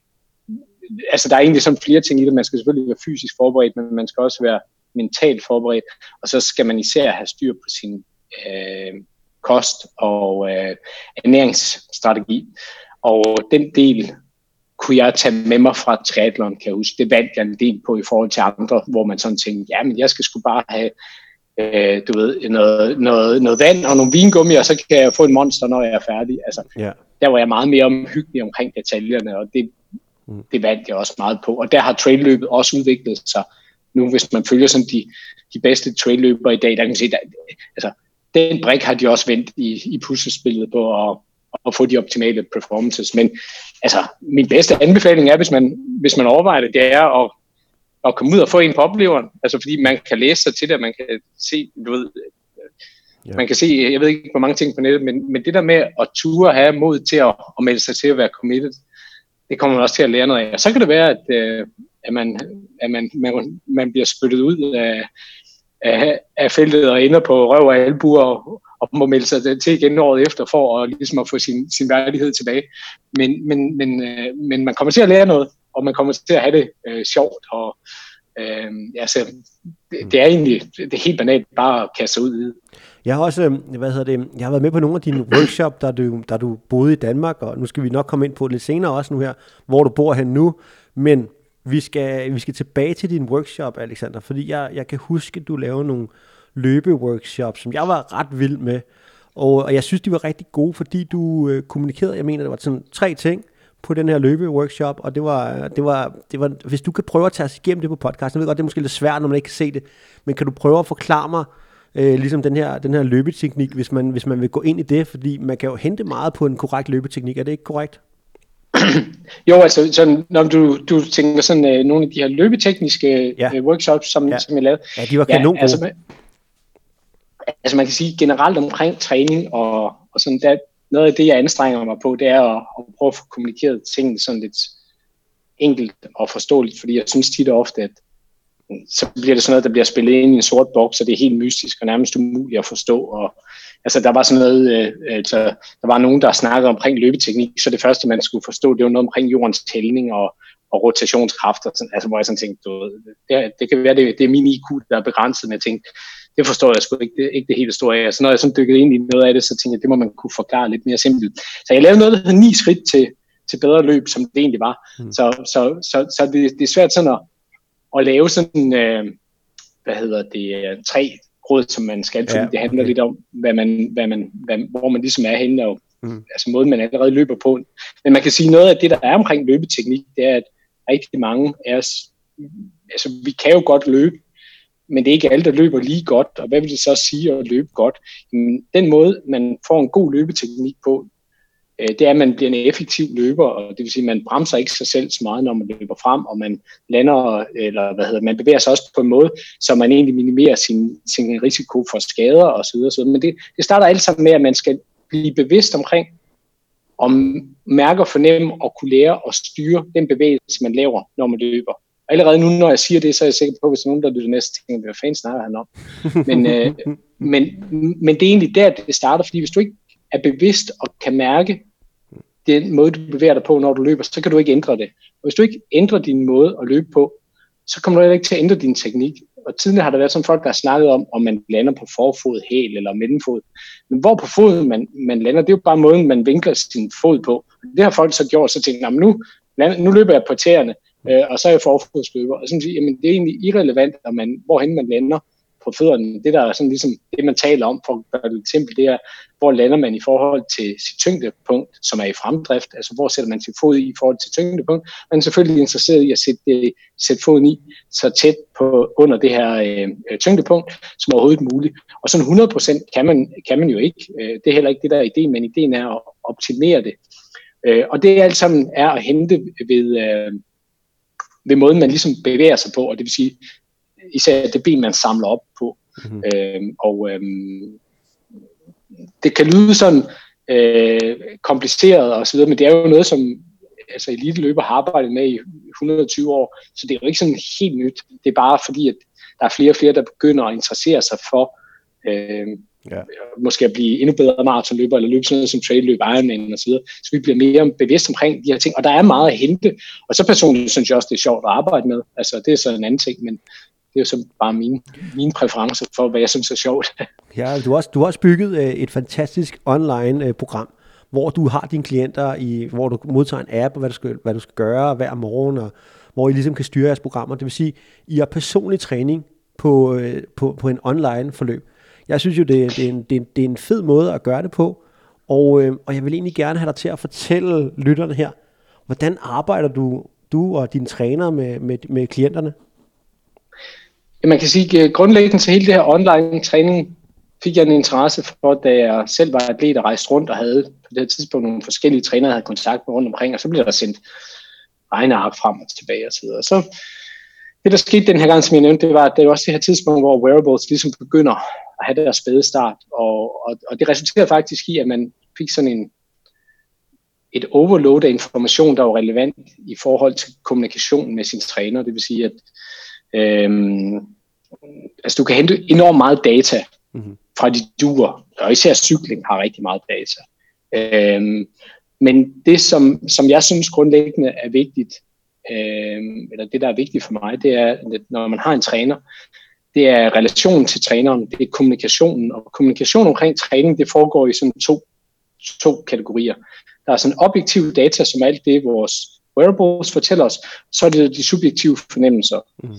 altså der er egentlig sådan flere ting i det. Man skal selvfølgelig være fysisk forberedt, men man skal også være mentalt forberedt, og så skal man især have styr på sin øh, kost og øh, ernæringsstrategi. Og den del kunne jeg tage med mig fra triathlon, kan jeg huske. Det valgte jeg en del på i forhold til andre, hvor man sådan tænkte, ja, men jeg skal sgu bare have øh, du ved, noget, noget, noget vand og nogle vingummi, og så kan jeg få en monster, når jeg er færdig. Altså, yeah. Der var jeg meget mere omhyggelig omkring detaljerne, og det Det vandt jeg også meget på, og der har trailløbet også udviklet sig. Nu hvis man følger sådan de, de bedste trailløbere i dag, der kan man se, der, altså den brik har de også vendt i, i puslespillet på at, at få de optimale performances. Men altså min bedste anbefaling er, hvis man, hvis man overvejer det, det er at, at komme ud og få en på opleveren. Altså fordi man kan læse sig til det, man kan se, du ved, ja. Man kan se, jeg ved ikke hvor mange ting på nettet, men, men det der med at ture have mod til at, at melde sig til at være committed, det kommer man også til at lære noget af. Og så kan det være, at, øh, at, man, at man, man, man bliver spyttet ud af, af, af feltet og ender på røv og albuer og, og må melde sig til igen året efter for at, ligesom at få sin, sin værdighed tilbage. Men, men, men, øh, men man kommer til at lære noget, og man kommer til at have det øh, sjovt. Og, øh, altså, det, det er egentlig det er helt banalt bare at kaste sig ud i det. Jeg har også, hvad hedder det, jeg har været med på nogle af dine workshop, der du, der du boede i Danmark, og nu skal vi nok komme ind på lidt senere også nu her, hvor du bor hen nu, men vi skal, vi skal tilbage til din workshop, Alexander, fordi jeg, jeg kan huske, at du lavede nogle løbeworkshops, som jeg var ret vild med, og, og jeg synes, de var rigtig gode, fordi du øh, kommunikerede, jeg mener, det var sådan tre ting på den her løbeworkshop, og det var, det var, det var, hvis du kan prøve at tage os igennem det på podcasten, jeg ved godt, det er måske lidt svært, når man ikke kan se det, men kan du prøve at forklare mig, Øh, ligesom den her, den her løbeteknik, hvis man, hvis man vil gå ind i det, fordi man kan jo hente meget på en korrekt løbeteknik, er det ikke korrekt? Jo, altså sådan, når du, du tænker sådan øh, nogle af de her løbetekniske ja. øh, workshops, som, ja. som jeg lavede. Ja, de var kanon ja, altså, man, altså man kan sige generelt omkring træning, og, og sådan der, noget af det, jeg anstrenger mig på, det er at, at prøve at få kommunikeret tingene sådan lidt enkelt og forståeligt, fordi jeg synes tit og ofte, at så bliver det sådan noget, der bliver spillet ind i en sort boks, og det er helt mystisk og nærmest umuligt at forstå. Og, altså, der var sådan noget, øh, altså, der var nogen, der snakkede omkring løbeteknik, så det første, man skulle forstå, det var noget omkring jordens tælning og, og rotationskraft, og sådan, altså, hvor jeg sådan tænkte, du, det, det kan være, det, det er min I Q, der er begrænset, men jeg tænkte, det forstår jeg sgu ikke, det, ikke det helt store af. Så når jeg sådan dykkede ind i noget af det, så tænkte jeg, det må man kunne forklare lidt mere simpelt. Så jeg lavede noget, der hedder ni skridt til, til bedre løb, som det egentlig var. Mm. Så, så, så, så det, det er svært sådan at at lave sådan, øh, hvad hedder det, tre råd, som man skal, fordi ja, okay. Det handler lidt om, hvad man, hvad man, hvad, hvor man ligesom er henne, og mm. altså måden, man allerede løber på. Men man kan sige, noget af det, der er omkring løbeteknik, det er, at rigtig mange af os, altså vi kan jo godt løbe, men det er ikke alle, der løber lige godt, og hvad vil det så sige at løbe godt? Men den måde, man får en god løbeteknik på, det er, at man bliver en effektiv løber, og det vil sige, at man bremser ikke sig selv så meget, når man løber frem, og man lander, eller hvad hedder, man bevæger sig også på en måde, så man egentlig minimerer sin, sin risiko for skader og så videre. Men det, det starter alt sammen med, at man skal blive bevidst omkring, om mærker, fornemme og kunne lære at styre den bevægelse, man laver, når man løber. Og allerede nu, når jeg siger det, så er jeg sikker på, at hvis nogen, der lytter næste, tænker, hvad fanden snakker han om? Men, øh, men, men det er egentlig der, det starter, fordi hvis du ikke er bevidst og kan mærke den måde, du bevæger dig på, når du løber, så kan du ikke ændre det. Og hvis du ikke ændrer din måde at løbe på, så kommer du heller ikke til at ændre din teknik. Og tidligere har der været sådan folk, der har snakket om, om man lander på forfod, hæl eller mellemfod. Men hvor på foden man, man lander, det er jo bare måden, man vinkler sin fod på. Det har folk så gjort, så tænker jeg, nu, nu løber jeg på tæerne, øh, og så er jeg forfodsløber. Og så siger jamen det er egentlig irrelevant, om man, hvorhen man lander. på fødderne. Det der er sådan ligesom det, man taler om, for at gøre det simpelt, det er, hvor lander man i forhold til sit tyngdepunkt, som er i fremdrift, altså hvor sætter man sin fod i i forhold til tyngdepunkt. Man er selvfølgelig interesseret i at sætte, sætte foden i så tæt på under det her øh, tyngdepunkt, som overhovedet muligt. Og sådan hundrede procent kan man, kan man jo ikke. Det er heller ikke det, der er ideen, men ideen er at optimere det. Øh, og det alt sammen er at hente ved, øh, ved måden, man ligesom bevæger sig på, og det vil sige især det ben, man samler op på. Mm-hmm. Øh, og øh, det kan lyde sådan øh, kompliceret og så videre, men det er jo noget, som altså eliteløber har arbejdet med i et hundrede og tyve år, så det er jo ikke sådan helt nyt. Det er bare fordi, at der er flere og flere, der begynder at interessere sig for øh, ja. måske at blive endnu bedre maratonløber, eller løbe sådan noget som trailløb, Ironman og så videre, så vi bliver mere bevidst omkring de her ting, og der er meget at hente, og så personligt synes jeg også, det er sjovt at arbejde med. Altså det er så en anden ting, men det er jo så bare mine, mine præferencer for, hvad jeg synes er sjovt. Ja, du har også, du har også bygget øh, et fantastisk online øh, program, hvor du har dine klienter, i, hvor du modtager en app, og hvad du skal, hvad du skal gøre hver morgen, og hvor I ligesom kan styre jeres programmer. Det vil sige, I har personlig træning på, øh, på, på en online forløb. Jeg synes jo, det, det, er, en, det, er, en, det er en fed måde at gøre det på, og, øh, og jeg vil egentlig gerne have dig til at fortælle lytterne her, hvordan arbejder du, du og dine trænere med, med, med klienterne? Man kan sige, at grundlæggende til hele det her online træning fik jeg en interesse for, da jeg selv var atlet og rejste rundt og havde på det her tidspunkt nogle forskellige trænere, jeg havde kontakt med rundt omkring, og så blev der sendt regneark frem og tilbage og så videre. Så det, der skete den her gang, som jeg nævnte, det var, at det var også det her tidspunkt, hvor wearables ligesom begynder at have deres spæde start, og, og, og det resulterede faktisk i, at man fik sådan en et overload af information, der var relevant i forhold til kommunikation med sin træner. Det vil sige, at øhm, altså du kan hente enormt meget data mm-hmm. fra de duer, og især cykling har rigtig meget data. Øhm, men det, som, som jeg synes grundlæggende er vigtigt, øhm, eller det, der er vigtigt for mig, det er, at når man har en træner, det er relationen til træneren, det er kommunikationen, og kommunikation omkring træning, det foregår i sådan to, to kategorier. Der er sådan objektiv data, som alt det, vores wearables fortæller os, så er det de subjektive fornemmelser. Mm.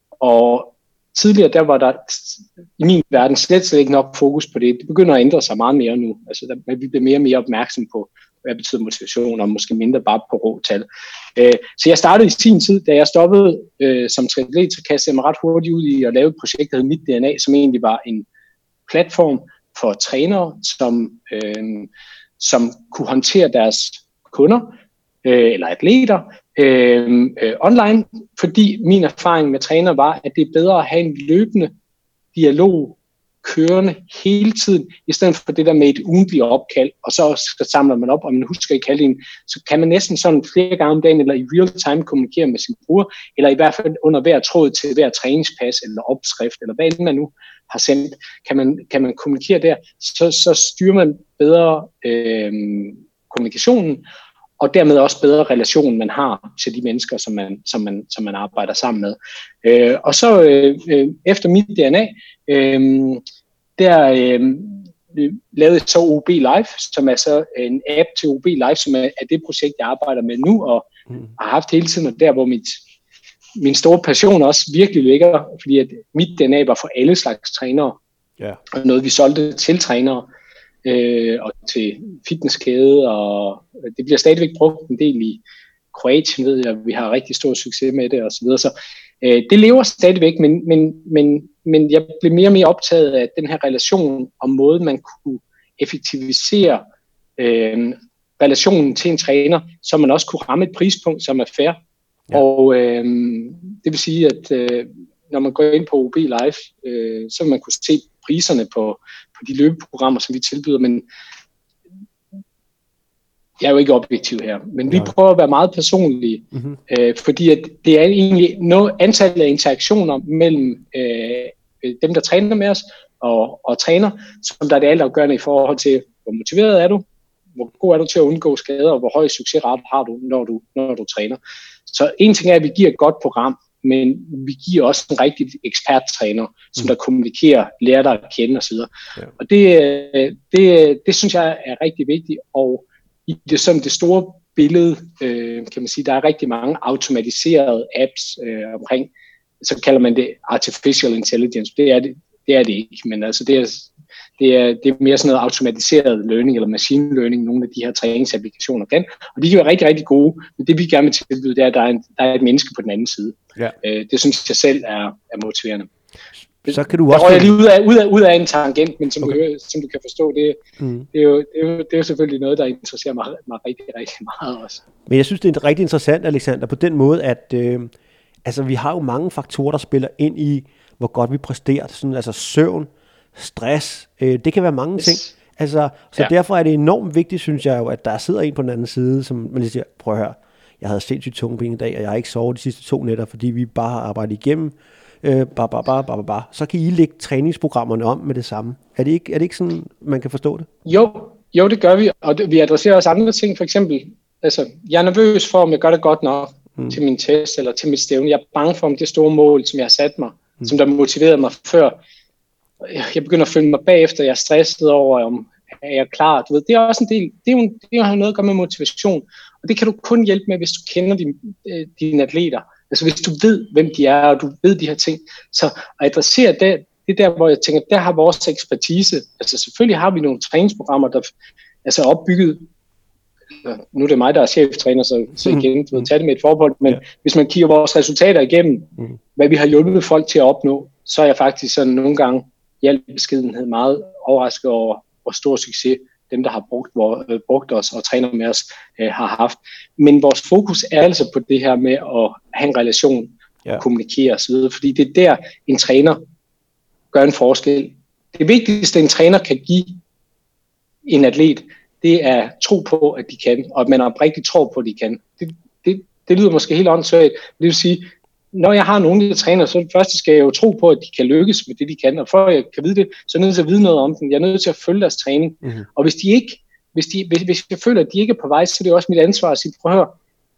Og tidligere, der var der i min verden slet, slet ikke nok fokus på det. Det begynder at ændre sig meget mere nu. Altså, der, vi bliver mere og mere opmærksom på, hvad betyder motivation, og måske mindre bare på rå tal. Øh, så jeg startede i sin tid, da jeg stoppede øh, som triatlet, så kastede jeg mig ret hurtigt ud i at lave et projekt, der hed Mit D N A, som egentlig var en platform for trænere, som, øh, som kunne håndtere deres kunder, øh, eller atleter, øh, øh, online, fordi min erfaring med træner var, at det er bedre at have en løbende dialog kørende hele tiden, i stedet for det der med et ugentligt opkald, og så samler man op, og man husker ikke halvdelen, så kan man næsten sådan flere gange om dagen, eller i real time kommunikere med sin bruger, eller i hvert fald under hver tråd til hver træningspas, eller opskrift, eller hvad end man nu har sendt, kan man, kan man kommunikere der, så, så styrer man bedre øh, kommunikationen, og dermed også bedre relation, man har til de mennesker, som man, som man, som man arbejder sammen med. Øh, og så øh, efter Mit D N A, øh, der øh, lavede jeg så O B Live, som er så en app til O B Live, som er, er det projekt, jeg arbejder med nu, og mm. har haft hele tiden, og der hvor mit, min store passion også virkelig ligger, fordi at Mit D N A var for alle slags trænere, yeah. og noget vi solgte til trænere, Øh, og til fitnesskæde, og det bliver stadigvæk brugt en del i Kroatien, ved jeg, vi har rigtig stor succes med det, og så videre, så øh, det lever stadigvæk, men, men, men, men jeg blev mere og mere optaget af den her relation, og måden man kunne effektivisere øh, relationen til en træner, så man også kunne ramme et prispunkt, som er fair, ja. og øh, det vil sige, at øh, når man går ind på O B Live, øh, så vil man kunne se priserne på, på de løbeprogrammer, som vi tilbyder, men jeg er jo ikke objektiv her, men vi prøver at være meget personlige, mm-hmm. øh, fordi at det er egentlig noget antal af interaktioner mellem øh, dem, der træner med os, og, og træner, som der er det altafgørende i forhold til, hvor motiveret er du, hvor god er du til at undgå skader, og hvor høj succesrate har du, når du, når du træner. Så en ting er, at vi giver et godt program, men vi giver også en rigtig eksperttræner, som der kommunikerer, lærer dig at kende osv. Ja. Og det, det, det synes jeg er rigtig vigtigt, og i det, sådan det store billede, øh, kan man sige, der er rigtig mange automatiserede apps øh, omkring, så kalder man det artificial intelligence. Det er det, det er det ikke, men altså det er, det er, det er mere sådan noget automatiseret learning eller machine learning, nogle af de her træningsapplikationer kan, og de kan være rigtig, rigtig gode, men det vi gerne vil tilbyde, det er, at der er, en, der er et menneske på den anden side. Ja. Øh, det synes jeg selv er, er motiverende. Så kan du også... Jeg røg lige ud af, ud, af, ud af en tangent, men som, okay. du, hører, som du kan forstå, det, mm. det, er jo, det, er jo, det er jo selvfølgelig noget, der interesserer mig, mig rigtig, rigtig meget også. Men jeg synes, det er rigtig interessant, Alexander, på den måde, at øh, altså, vi har jo mange faktorer, der spiller ind i, hvor godt vi præsterer. Sådan, altså søvn, stress, øh, det kan være mange yes. ting. Altså, så ja. Derfor er det enormt vigtigt, synes jeg jo, at der sidder en på den anden side, som man lige siger, prøv at høre, jeg havde sindssygt tunge ben i dag, og jeg har ikke sovet de sidste to nætter, fordi vi bare har arbejdet igennem. Øh, bare, bare, bare, bare, bare. Så kan I lægge træningsprogrammerne om med det samme. Er det ikke, er det ikke sådan, man kan forstå det? Jo, jo, det gør vi, og det, vi adresserer også andre ting. For eksempel, altså, jeg er nervøs for, om jeg gør det godt nok mm. til min test eller til mit stævne. Jeg er bange for, om det store mål, som jeg har sat mig, mm. som der motiverede mig før. Jeg begynder at føle mig bagefter, jeg er stresset over, om er jeg klar. Du ved, det er også en del, det er jo, det har noget at gøre med motivation, og det kan du kun hjælpe med, hvis du kender dine, dine atleter. Altså hvis du ved, hvem de er, og du ved de her ting, så at adressere det, det er der, hvor jeg tænker, der har vores ekspertise. Altså selvfølgelig har vi nogle træningsprogrammer, der altså er opbygget. Nu er det mig, der er cheftræner, så, så igen, du ved, tage det med et forbehold, men ja. Hvis man kigger vores resultater igennem, mm. hvad vi har hjulpet folk til at opnå, så er jeg faktisk sådan nogle gange i al beskedenhed meget overrasket over, hvor stor succes dem, der har brugt, hvor, øh, brugt os og træner med os, øh, har haft. Men vores fokus er altså på det her med at have en relation, ja. Kommunikere osv., fordi det er der, en træner gør en forskel. Det vigtigste, en træner kan give en atlet, det er tro på, at de kan, og at man oprigtigt tror på, at de kan. Det, det, det lyder måske helt åndssvagt. Det vil sige, når jeg har nogen, der træner, så først skal jeg jo tro på, at de kan lykkes med det, de kan, og for at jeg kan vide det, så er jeg nødt til at vide noget om dem. Jeg er nødt til at følge deres træning. Mm-hmm. Og hvis de ikke, hvis, de, hvis, hvis jeg føler, at de ikke er på vej, så er det også mit ansvar at sige, prøv at høre,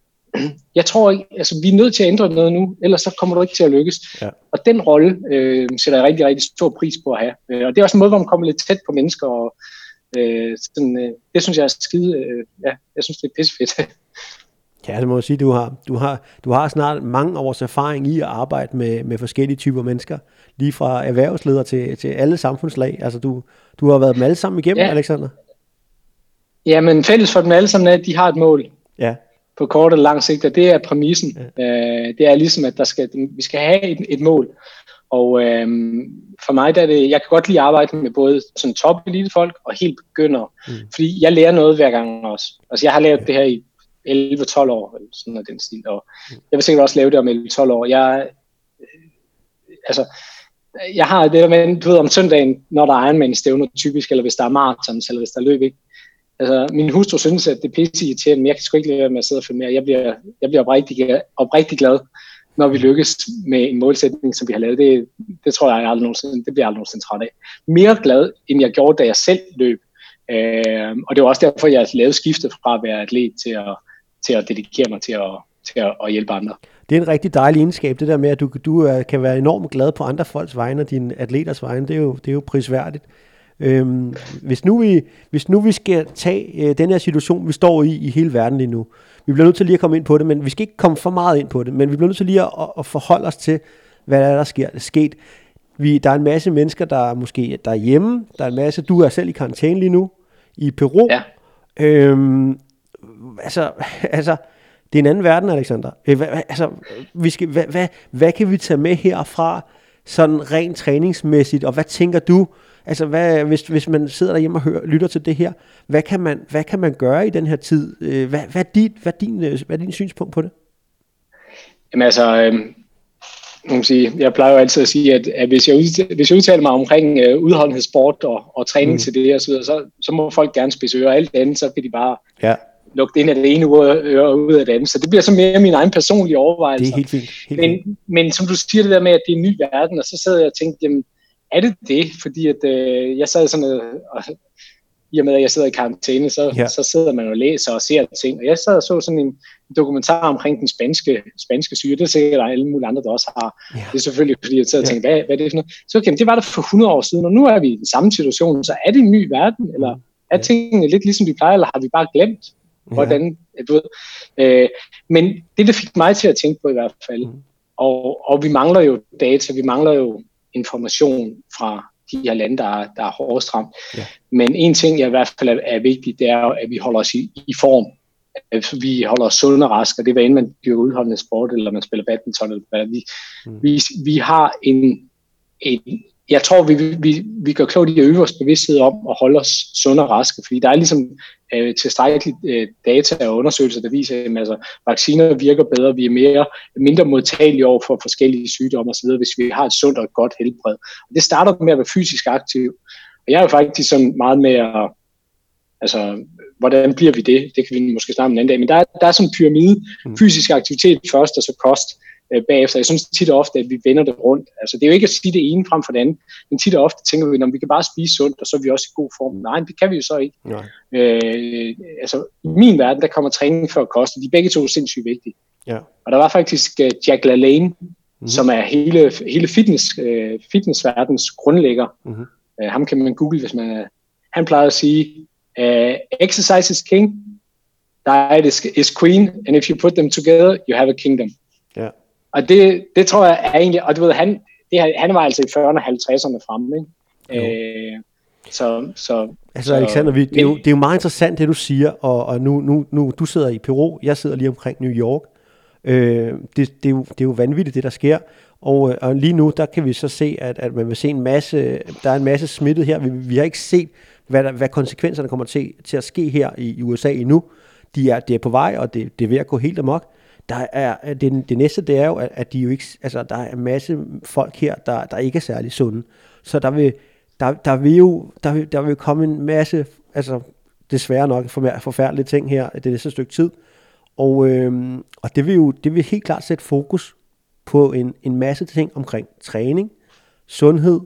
jeg tror ikke, altså vi er nødt til at ændre noget nu, ellers så kommer du ikke til at lykkes. Ja. Og den rolle øh, sætter jeg rigtig, rigtig stor pris på at have. Og det er også en måde, hvor man kommer lidt tæt på mennesker, og øh, sådan, øh, det synes jeg er skide, øh, ja, jeg synes det er pissefedt. Ja, det må jeg sige, du har, du har, du har snart mange års erfaring i at arbejde med, med forskellige typer mennesker, lige fra erhvervsledere til, til alle samfundslag. Altså du, du har været dem alle sammen igennem, ja. Alexander? Ja, men fælles for dem alle sammen er, at de har et mål. Ja. På kort og lang sigt, og det er præmissen. Ja. Øh, det er ligesom, at der skal, vi skal have et, et mål. Og øh, for mig, der er det, jeg kan godt lide at arbejde med både sådan top elitefolk og helt begyndere, mm. fordi jeg lærer noget hver gang også. Altså jeg har lavet ja. det her i elleve tolv år, eller sådan noget den stil, og jeg vil sikkert også lave det om elleve tolv år. Jeg, altså, jeg har det der med, du ved, om søndagen, når der er Ironman-stævner typisk, eller hvis der er marathons, eller hvis der er løb, ikke? Altså, min hustru synes, at det er pisse irriterende, men jeg kan sgu ikke lade være med at sidde og følge med. Jeg bliver, jeg bliver oprigtig, oprigtig glad, når vi lykkes med en målsætning, som vi har lavet. Det, det tror jeg, jeg aldrig nogensinde, det bliver jeg aldrig nogensinde træt af. Mere glad, end jeg gjorde, da jeg selv løb. Øh, og det var også derfor, jeg lavede skiftet fra at være atlet til at til at dedikere mig til at, til at, at hjælpe andre. Det er en rigtig dejlig egenskab, det der med, at du, du kan være enormt glad på andre folks vegne og dine atleters vegne. Det er jo, det er jo prisværdigt. Øhm, hvis, nu vi, hvis nu vi skal tage øh, den her situation, vi står i i hele verden lige nu. Vi bliver nødt til lige at komme ind på det, men vi skal ikke komme for meget ind på det, men vi bliver nødt til lige at, at forholde os til, hvad der er, der sker. Der er sket. Vi, der er en masse mennesker, der er måske der er hjemme. Der er en masse, du er selv i karantæne lige nu, i Peru. Ja. Øhm, Altså, altså, det er en anden verden, Alexander. Hva, altså, vi skal, hvad, hvad, hvad kan vi tage med herfra, sådan rent træningsmæssigt, og hvad tænker du, altså, hvad, hvis, hvis man sidder derhjemme og hører, lytter til det her, hvad kan man, hvad kan man gøre i den her tid? Hvad, hvad, er, dit, hvad, er, din, hvad er din synspunkt på det? Jamen altså, øh, man sige, jeg plejer jo altid at sige, at, at hvis, jeg udtaler, hvis jeg udtaler mig omkring øh, udholdenhedssport og, og træning mm. til det og så videre, så, så må folk gerne spidse ører, og alt andet, så kan de bare ja. lukke ind af det ene øre og ud af det andet. Så det bliver så mere min egen personlige overvejelse. Det er helt fint. Helt men, fint. Men som du siger det der med, at det er en ny verden, og så sad jeg og tænkte, jamen, er det det? Fordi at øh, jeg sad sådan og, og i og med at jeg sidder i karantæne, så, ja. så sidder man og læser og ser ting. Og jeg sad og så sådan en dokumentar omkring den spanske, spanske syge. Det er sikkert, der er alle mulige andre, der også har. Ja. Det er selvfølgelig, fordi jeg sad og tænkte, hvad, hvad er det for noget? Så okay, det var der for hundrede år siden, og nu er vi i den samme situation. Så er det en ny verden, eller er tingene lidt ligesom de plejer, eller har vi bare glemt, hvordan, ja. du ved. Øh, men det, der fik mig til at tænke på i hvert fald, mm. og, og vi mangler jo data, vi mangler jo information fra de her lande, der er, der er hårdest ramt. Ja. Men en ting, jeg i hvert fald er, er vigtigt, det er jo, at vi holder os i, i form. At vi holder os sunde og raske, og det er, hvad enten man dyrker udholdende sport, eller man spiller badminton, eller hvad. Vi, mm. vi, vi har en, en jeg tror, vi, vi, vi gør klogt i at øve vores bevidsthed om at holde os sunde og raske, fordi der er ligesom øh, tilstrækkeligt øh, data og undersøgelser, der viser, at altså, vacciner virker bedre, vi er mere, mindre modtagelige over for forskellige sygdomme osv., hvis vi har et sundt og et godt helbred. Og det starter med at være fysisk aktiv. Og jeg er jo faktisk sådan meget mere, altså, hvordan bliver vi det? Det kan vi måske snakke om en anden dag, men der, der er sådan en pyramide, fysisk aktivitet først, og så kost bagefter. Jeg synes tit og ofte, at vi vender det rundt. Altså, det er jo ikke at sige det ene frem for det andet, men tit og ofte tænker vi, at vi kan bare spise sundt, og så er vi også i god form. Nej, det kan vi jo så ikke. Øh, altså, i min verden, der kommer træning før kost, og de begge to er sindssygt vigtige. Ja. Og der var faktisk uh, Jack LaLanne, mm-hmm. som er hele, hele fitness, uh, fitnessverdens grundlægger. Mm-hmm. Uh, ham kan man google, hvis man... Uh, han plejer at sige, uh, exercise is king, diet is, is queen, and if you put them together, you have a kingdom. Ja. Og det, det tror jeg er egentlig, og du ved, han, det, han var altså i fyrrerne og halvtredserne fremme, ikke? Øh, så, så, altså Alexander, vi, det, er jo, det er jo meget interessant, det du siger, og, og nu, nu, nu, du sidder i Peru, jeg sidder lige omkring New York. Øh, det, det, er jo, det er jo vanvittigt, det der sker, og, og lige nu, der kan vi så se, at, at man vil se en masse, der er en masse smittet her. Vi, vi har ikke set, hvad, der, hvad konsekvenserne kommer til, til at ske her i, i U S A endnu. De er, det er på vej, og det, det er ved at gå helt amok. Der er, det, det næste, det er jo, at de jo ikke, altså, der er en masse folk her, der, der ikke er særlig sunde. Så der vil, der, der vil jo der vil, der vil komme en masse, altså desværre nok forfærdelige ting her det næste stykke tid. Og, øhm, og det vil jo det vil helt klart sætte fokus på en, en masse ting omkring træning, sundhed,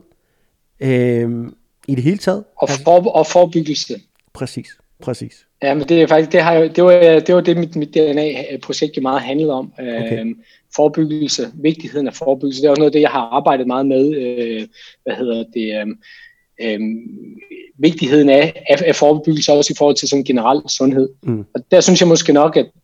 øhm, i det hele taget. Og, for, og forebyggelse. Præcis, præcis. Ja, men det er faktisk, det har jo, det var det var det mit, mit D N A-projekt jo meget handlede om. Okay. Øhm, forebyggelse, vigtigheden af forebyggelse. Det er også noget af det, jeg har arbejdet meget med. Øh, hvad hedder det? Øh, øh, vigtigheden af, af, af forebyggelse også i forhold til sådan generel sundhed. Mm. Og der synes jeg måske nok, at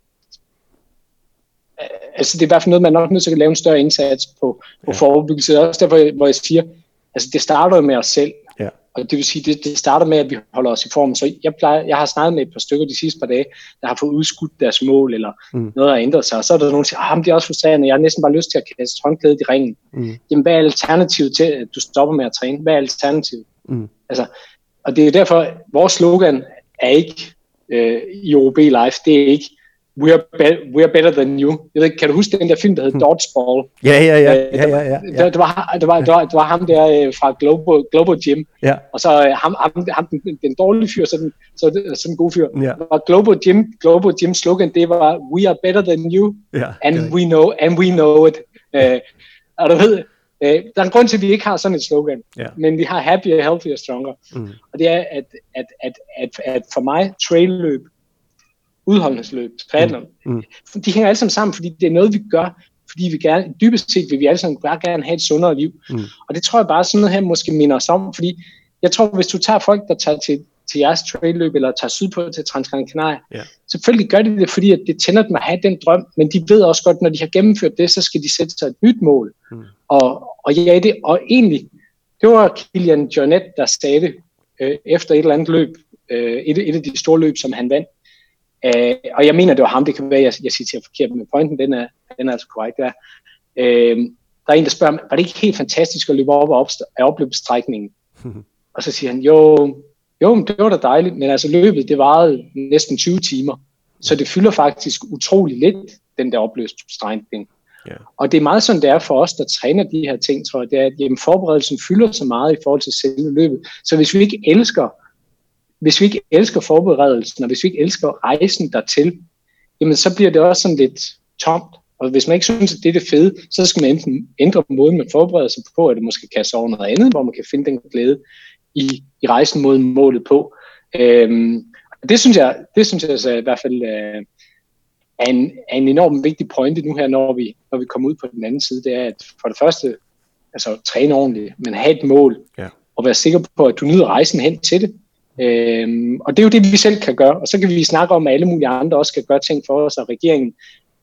altså det er i hvert fald noget, man er nok nødt til at lave en større indsats på, på ja. forebyggelse. Det er også derfor, hvor jeg siger, altså det starter med os selv. Ja. Og det vil sige, det, det starter med, at vi holder os i form. Så jeg, plejer, jeg har snakket med et par stykker de sidste par dage, der har fået udskudt deres mål, eller mm. noget har ændret sig. Og så er der nogen, der siger, ah, det er også frustrerende, jeg har næsten bare lyst til at kaste håndklædet i ringen. Mm. Jamen, hvad er alternativet til, at du stopper med at træne? Hvad er alternativet? Mm. Altså, og det er derfor, vores slogan er ikke øh, i O B Life, det er ikke, We are, be- we are better than you. Jeg ved ikke, kan du huske den der film, der hed Dodgeball? Ja, ja, ja. ja, ja, ja, ja. Det, det, var, det, var, det, var, det var ham der øh, fra Global, Global Gym, ja. Og så øh, ham, ham, ham den, den dårlige fyr, så den, så den, så den gode fyr. Ja. Og Global Gym, Global Gym slogan, det var, we are better than you, ja, and, we know, and we know it. Uh, og du ved, uh, der er en grund til, at vi ikke har sådan et slogan, ja. Men vi har happier, healthier, stronger. Mm. Og det er, at, at, at, at, at for mig, trailløb, udholdenhedsløb, triathlon, mm. Mm. de hænger alle sammen sammen, fordi det er noget, vi gør, fordi vi gerne, dybest set vil vi alle sammen bare gerne have et sundere liv. Mm. Og det tror jeg bare, sådan noget her måske minder os om, fordi jeg tror, hvis du tager folk, der tager til, til jeres trailløb, eller tager sydpå til Transgran Canaria, yeah. selvfølgelig gør de det, fordi at det tænder dem at have den drøm, men de ved også godt, når de har gennemført det, så skal de sætte sig et nyt mål. Mm. Og, og ja, det, og egentlig, det var Kilian Jornet, der sagde det, øh, efter et eller andet løb, øh, et, et af de store løb, som han vandt. Uh, og jeg mener, det var ham, det kan være, jeg, jeg citerer forkert, men pointen, den er, den er altså korrekt. Der. Uh, der er en, der spørger, var det ikke helt fantastisk at løbe op af, opst- af opløbsstrækningen? Og så siger han, jo, jo, det var da dejligt, men altså løbet, det varede næsten tyve timer, så det fylder faktisk utrolig lidt, den der opløbsstrækning. Yeah. Og det er meget sådan, det er for os, der træner de her ting, tror jeg, det er, at jamen, forberedelsen fylder så meget i forhold til selve løbet, så hvis vi ikke elsker Hvis vi ikke elsker forberedelsen, og hvis vi ikke elsker rejsen dertil, jamen så bliver det også sådan lidt tomt. Og hvis man ikke synes, at det er det fede, så skal man enten ændre måden, man forbereder sig på, at det måske kan over noget andet, hvor man kan finde den glæde i, i rejsen mod målet på. Øhm, det synes jeg, det synes jeg så i hvert fald øh, er, en, er en enormt vigtig pointe nu her, når vi, når vi kommer ud på den anden side. Det er, at for det første, altså træne ordentligt, men have et mål, ja. Og være sikker på, at du nyder rejsen hen til det. Øhm, og det er jo det, vi selv kan gøre, og så kan vi snakke om, at alle mulige andre også skal gøre ting for os, og regeringen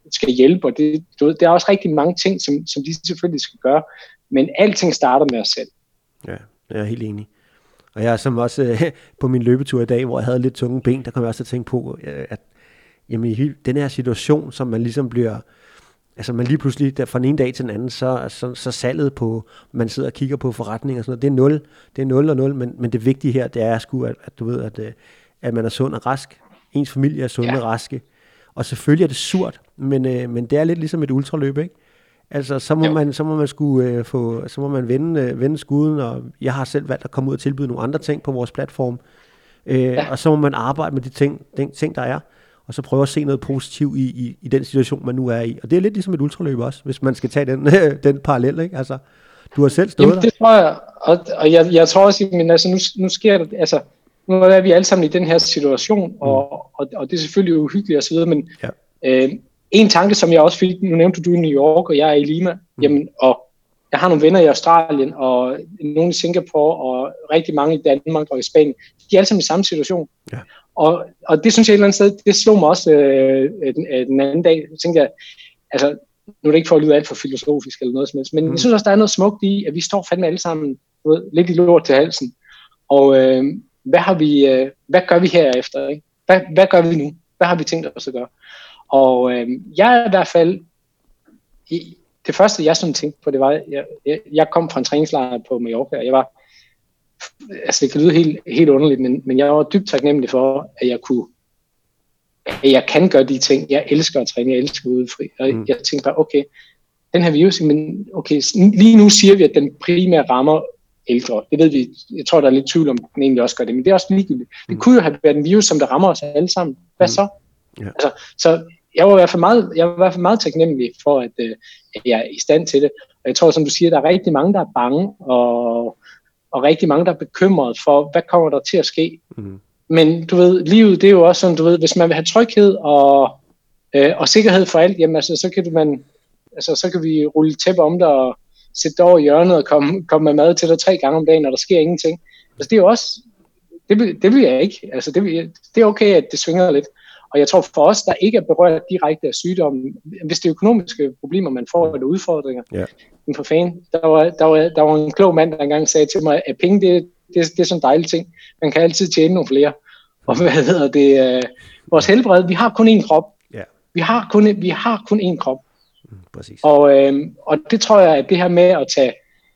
skal hjælpe, og det, du ved, der er også rigtig mange ting, som, som de selvfølgelig skal gøre, men alting starter med os selv. Ja, jeg er helt enig. Og jeg er som også øh, på min løbetur i dag, hvor jeg havde lidt tunge ben, der kom jeg også til at tænke på, øh, at jamen, i den her situation, som man ligesom bliver, altså man lige pludselig, der, fra den ene dag til den anden, så, så, så salget på, man sidder og kigger på forretninger og sådan noget, det er nul, det er nul og nul, men, men det vigtige her, det er sgu, at, at du ved, at, at man er sund og rask, ens familie er sund og ja. raske, og selvfølgelig er det surt, men, øh, men det er lidt ligesom et ultraløb, ikke? Altså, så må jo. man, så må man skulle øh, få, så må man vende, øh, vende skuden, og jeg har selv valgt at komme ud og tilbyde nogle andre ting på vores platform, øh, ja. og så må man arbejde med de ting, de ting, der er, og så prøve at se noget positivt i, i, i den situation, man nu er i. Og det er lidt ligesom et ultraløb også, hvis man skal tage den, den parallel, ikke? Altså, du har selv stået Jamen, det tror jeg, og, og jeg, jeg tror også, men altså, nu, nu sker det, altså, nu er vi alle sammen i den her situation, mm. og, og, og det er selvfølgelig uhyggeligt og så videre, men ja. øh, en tanke, som jeg også fik, nu nævnte du i New York, og jeg er i Lima, mm. jamen, og jeg har nogle venner i Australien, og nogle i Singapore, og rigtig mange i Danmark og i Spanien, de er alle sammen i samme situation. Ja. Og, og det synes jeg et eller andet sted, det slog mig også øh, den, øh, den anden dag. Jeg tænkte, jeg, altså, nu er det ikke for at lyde alt for filosofisk eller noget som helst, men mm. jeg synes også, der er noget smukt i, at vi står fandme alle sammen ved, lidt i lort til halsen. Og øh, hvad, har vi, øh, hvad gør vi herefter? Ikke? Hvad, hvad gør vi nu? Hvad har vi tænkt os at gøre? Og øh, jeg er i hvert fald, i, det første jeg sådan tænkte på, det var, jeg, jeg, jeg kom fra en træningslejr på Mallorca, og jeg var, altså det kan lyde helt, helt underligt, men, men jeg var dybt taknemmelig for, at jeg kunne, at jeg kan gøre de ting. Jeg elsker at træne, jeg elsker at udfri. Og mm. jeg tænkte bare, okay, den her virus, men okay, lige nu siger vi, at den primært rammer ældre. Det ved vi, jeg tror, der er lidt tvivl om, den egentlig også gør det, men det er også ligegyldigt. Mm. Det kunne jo have været en virus, som der rammer os alle sammen. Hvad mm. så? Yeah. Altså, så jeg var i hvert fald meget, jeg var i hvert fald meget taknemmelig for, at, at jeg er i stand til det. Og jeg tror, som du siger, der er rigtig mange, der er bange, og, og rigtig mange, der er bekymrede for, hvad kommer der til at ske. Mm. Men du ved, livet, det er jo også sådan, du ved, hvis man vil have tryghed og, øh, og sikkerhed for alt, jamen altså, så kan du man, altså, så kan vi rulle tæppe om dig og sætte dig over i hjørnet og komme, komme med mad til dig tre gange om dagen, og der sker ingenting. Altså, det er jo også, det vil, det vil jeg ikke. Altså, det, vil, det er okay, at det svinger lidt. Og jeg tror for os, der ikke er berørt direkte af sygdommen, hvis det er økonomiske problemer, man får, eller udfordringer, yeah. men for fanden, der var, der, var, der var en klog mand, der engang sagde til mig, at penge, det, det, det er sådan en dejlig ting. Man kan altid tjene nogle flere. Og hvad hedder det? Øh, vores helbred, vi har kun én krop. Yeah. Vi har kun, vi har kun én krop. Mm, præcis. Og, øh, og det tror jeg, at det her med at tage,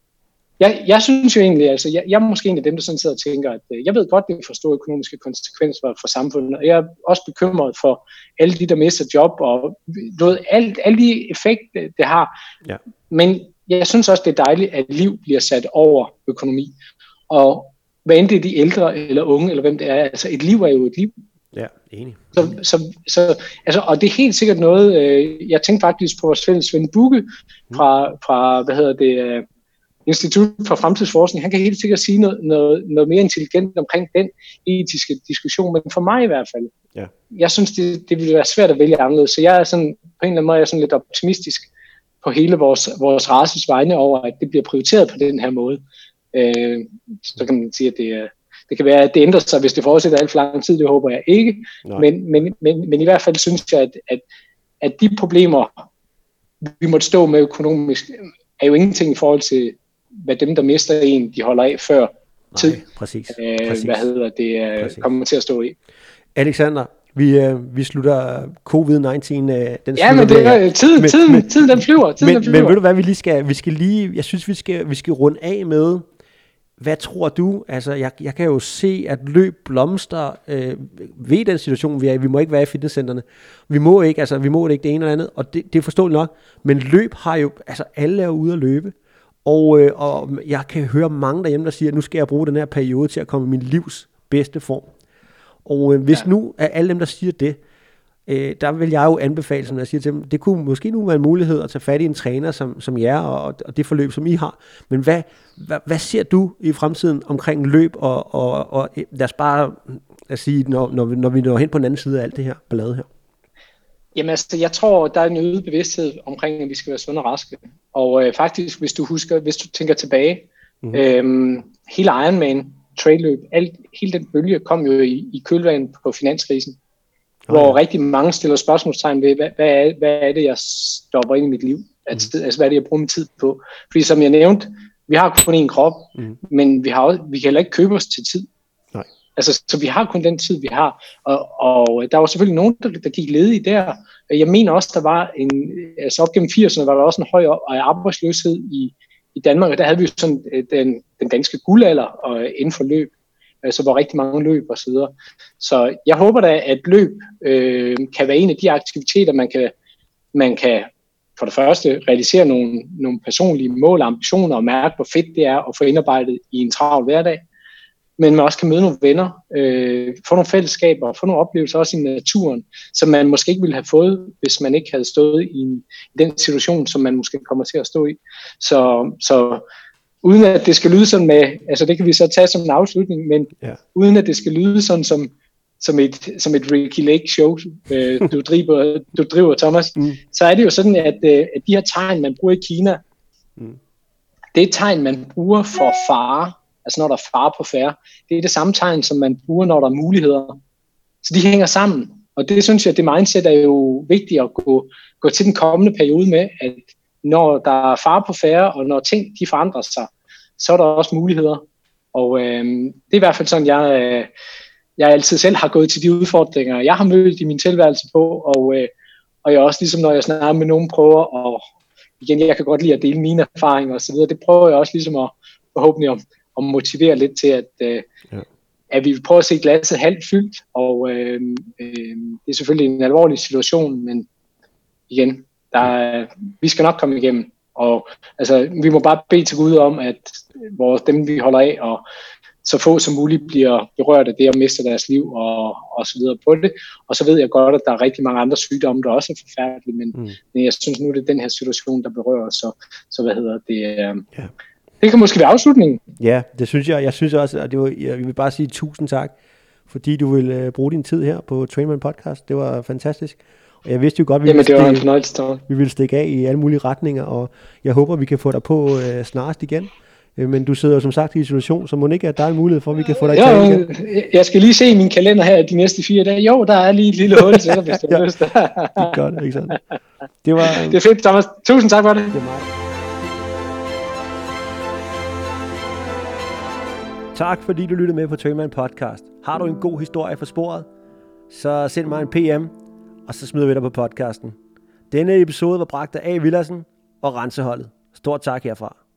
Jeg, jeg synes jo egentlig, altså, jeg, jeg er måske en af dem, der sådan sidder og tænker, at øh, jeg ved godt, det får store økonomiske konsekvenser for, for samfundet, og jeg er også bekymret for alle de, der mister job, og du ved, alt, alle de effekter, det har. Ja. Men jeg synes også, det er dejligt, at liv bliver sat over økonomi. Og hvad end det er de ældre eller unge, eller hvem det er, altså et liv er jo et liv. Ja, enig. Så, så, så, altså, og det er helt sikkert noget, øh, jeg tænkte faktisk på vores fælles Svend Bugge fra, fra, hvad hedder det, øh, Institut for Fremtidsforskning, han kan helt sikkert sige noget, noget, noget mere intelligent omkring den etiske diskussion, men for mig i hvert fald, ja. Jeg synes, det, det ville være svært at vælge anderledes, så jeg er sådan, på en eller anden måde er jeg sådan lidt optimistisk på hele vores, vores races vegne over, at det bliver prioriteret på den her måde. Øh, så kan man sige, at det, det kan være, at det ændrer sig, hvis det fortsætter alt for lang tid, det håber jeg ikke, men, men, men, men i hvert fald synes jeg, at, at, at de problemer, vi måtte stå med økonomisk, er jo ingenting i forhold til hvad dem, der mister en, de holder af før tid. Nej, præcis. Øh, præcis. Hvad hedder det, præcis. Kommer til at stå i. Alexander, vi, øh, vi slutter covid nitten. Øh, den ja, men det er tiden, men, tiden, men, tiden den flyver. Tiden, men, den flyver. Men ved du hvad, vi lige skal, vi skal lige, jeg synes, vi skal, vi skal runde af med, hvad tror du, altså jeg, jeg kan jo se, at løb blomster øh, ved den situation, vi er i. Vi må ikke være i fitnesscentrene. Vi må ikke, altså vi må ikke det ene eller andet, og det, det er forståeligt nok, men løb har jo, altså alle er jo ude at løbe. Og, øh, og jeg kan høre mange derhjemme, der siger, at nu skal jeg bruge den her periode til at komme i min livs bedste form. Og øh, hvis ja. nu er alle dem, der siger det, øh, der vil jeg jo anbefale, som jeg siger til dem, det kunne måske nu være en mulighed at tage fat i en træner som, som jer, og, og det forløb, som I har. Men hvad, hvad, hvad ser du i fremtiden omkring løb, og, og, og lad os bare at sige, når, når, vi, når vi når hen på den anden side af alt det her ballade her? Jamen altså, jeg tror, der er en øget bevidsthed omkring, at vi skal være sunde og raske. Og øh, faktisk, hvis du husker, hvis du tænker tilbage, mm-hmm. øhm, hele Ironman, trailløb, alt, hele den bølge kom jo i, i kølvandet på finanskrisen. hvor ja. rigtig mange stiller spørgsmålstegn ved, hvad, hvad, er, hvad er det, jeg stopper ind i mit liv? At, mm. Altså, hvad er det, jeg bruger min tid på? Fordi som jeg nævnte, vi har kun én krop, mm. men vi, har også, vi kan heller ikke købe os til tid. Nej. Altså, så vi har kun den tid, vi har. Og, og der var selvfølgelig nogen, der, der gik ledige der. Jeg mener også, der var en, altså op gennem firserne var der også en høj arbejdsløshed i, i Danmark, og der havde vi jo sådan den, den danske guldalder og inden for løb, altså hvor rigtig mange løb og så videre. Så jeg håber da, at løb øh, kan være en af de aktiviteter, man kan, man kan for det første realisere nogle, nogle personlige mål og ambitioner og mærke, hvor fedt det er at få indarbejdet i en travl hverdag. Men man også kan møde nogle venner, øh, få nogle fællesskaber, få nogle oplevelser også i naturen, som man måske ikke ville have fået, hvis man ikke havde stået i, en, i den situation, som man måske kommer til at stå i. Så, så uden at det skal lyde sådan med, altså det kan vi så tage som en afslutning, men ja. uden at det skal lyde sådan som, som, et, som et Ricky Lake show, øh, du, driver, du driver, Thomas, mm. så er det jo sådan, at, øh, at de her tegn, man bruger i Kina, mm. det er tegn, man bruger for fare. Altså når der er fare på færde. Det er det samme tegn, som man bruger, når der er muligheder. Så de hænger sammen. Og det synes jeg, det mindset er jo vigtigt at gå, gå til den kommende periode med, at når der er fare på færde, og når ting de forandrer sig, så er der også muligheder. Og øh, det er i hvert fald sådan, jeg, øh, jeg altid selv har gået til de udfordringer, jeg har mødt i min tilværelse på, og, øh, og jeg også ligesom, når jeg snakker med nogen, prøver, og igen, jeg kan godt lide at dele mine erfaringer og så videre, det prøver jeg også ligesom at forhåbentlig om og motivere lidt til, at, øh, ja. at vi prøver at se glasset halvt fyldt, og øh, øh, det er selvfølgelig en alvorlig situation, men igen, der er, vi skal nok komme igennem, og altså, vi må bare bede til Gud om, at vores, dem vi holder af, og så få som muligt bliver berørt af det at miste deres liv, og, og så videre på det, og så ved jeg godt, at der er rigtig mange andre sygdomme, der også er forfærdelige, men, mm. men jeg synes nu, det er den her situation, der berører os, så, så hvad hedder det... Øh, ja. Det kan måske være afslutningen. Ja, det synes jeg. Jeg synes også, at det var, jeg vil bare sige tusind tak, fordi du vil uh, bruge din tid her på Trainman Podcast. Det var fantastisk. Og jeg vidste jo godt, at vi, Jamen, ville, det stikke, vi ville stikke af i alle mulige retninger, og jeg håber, vi kan få dig på uh, snarest igen. Uh, men du sidder jo som sagt i isolation, så må ikke, at der er en mulighed for, at vi kan få dig i tale igen. Jeg skal lige se i min kalender her de næste fire dage. Jo, der er lige et lille hul til dig, hvis du har lyst. Det er godt, ikke sådan. Det, var, det er fedt, Thomas. Tusind tak for det. Det er mig. Tak fordi du lyttede med på Trainman Podcast. Har du en god historie for sporet, så send mig en P M, og så smider vi dig på podcasten. Denne episode var bragt af A. Villadsen og Renseholdet. Stort tak herfra.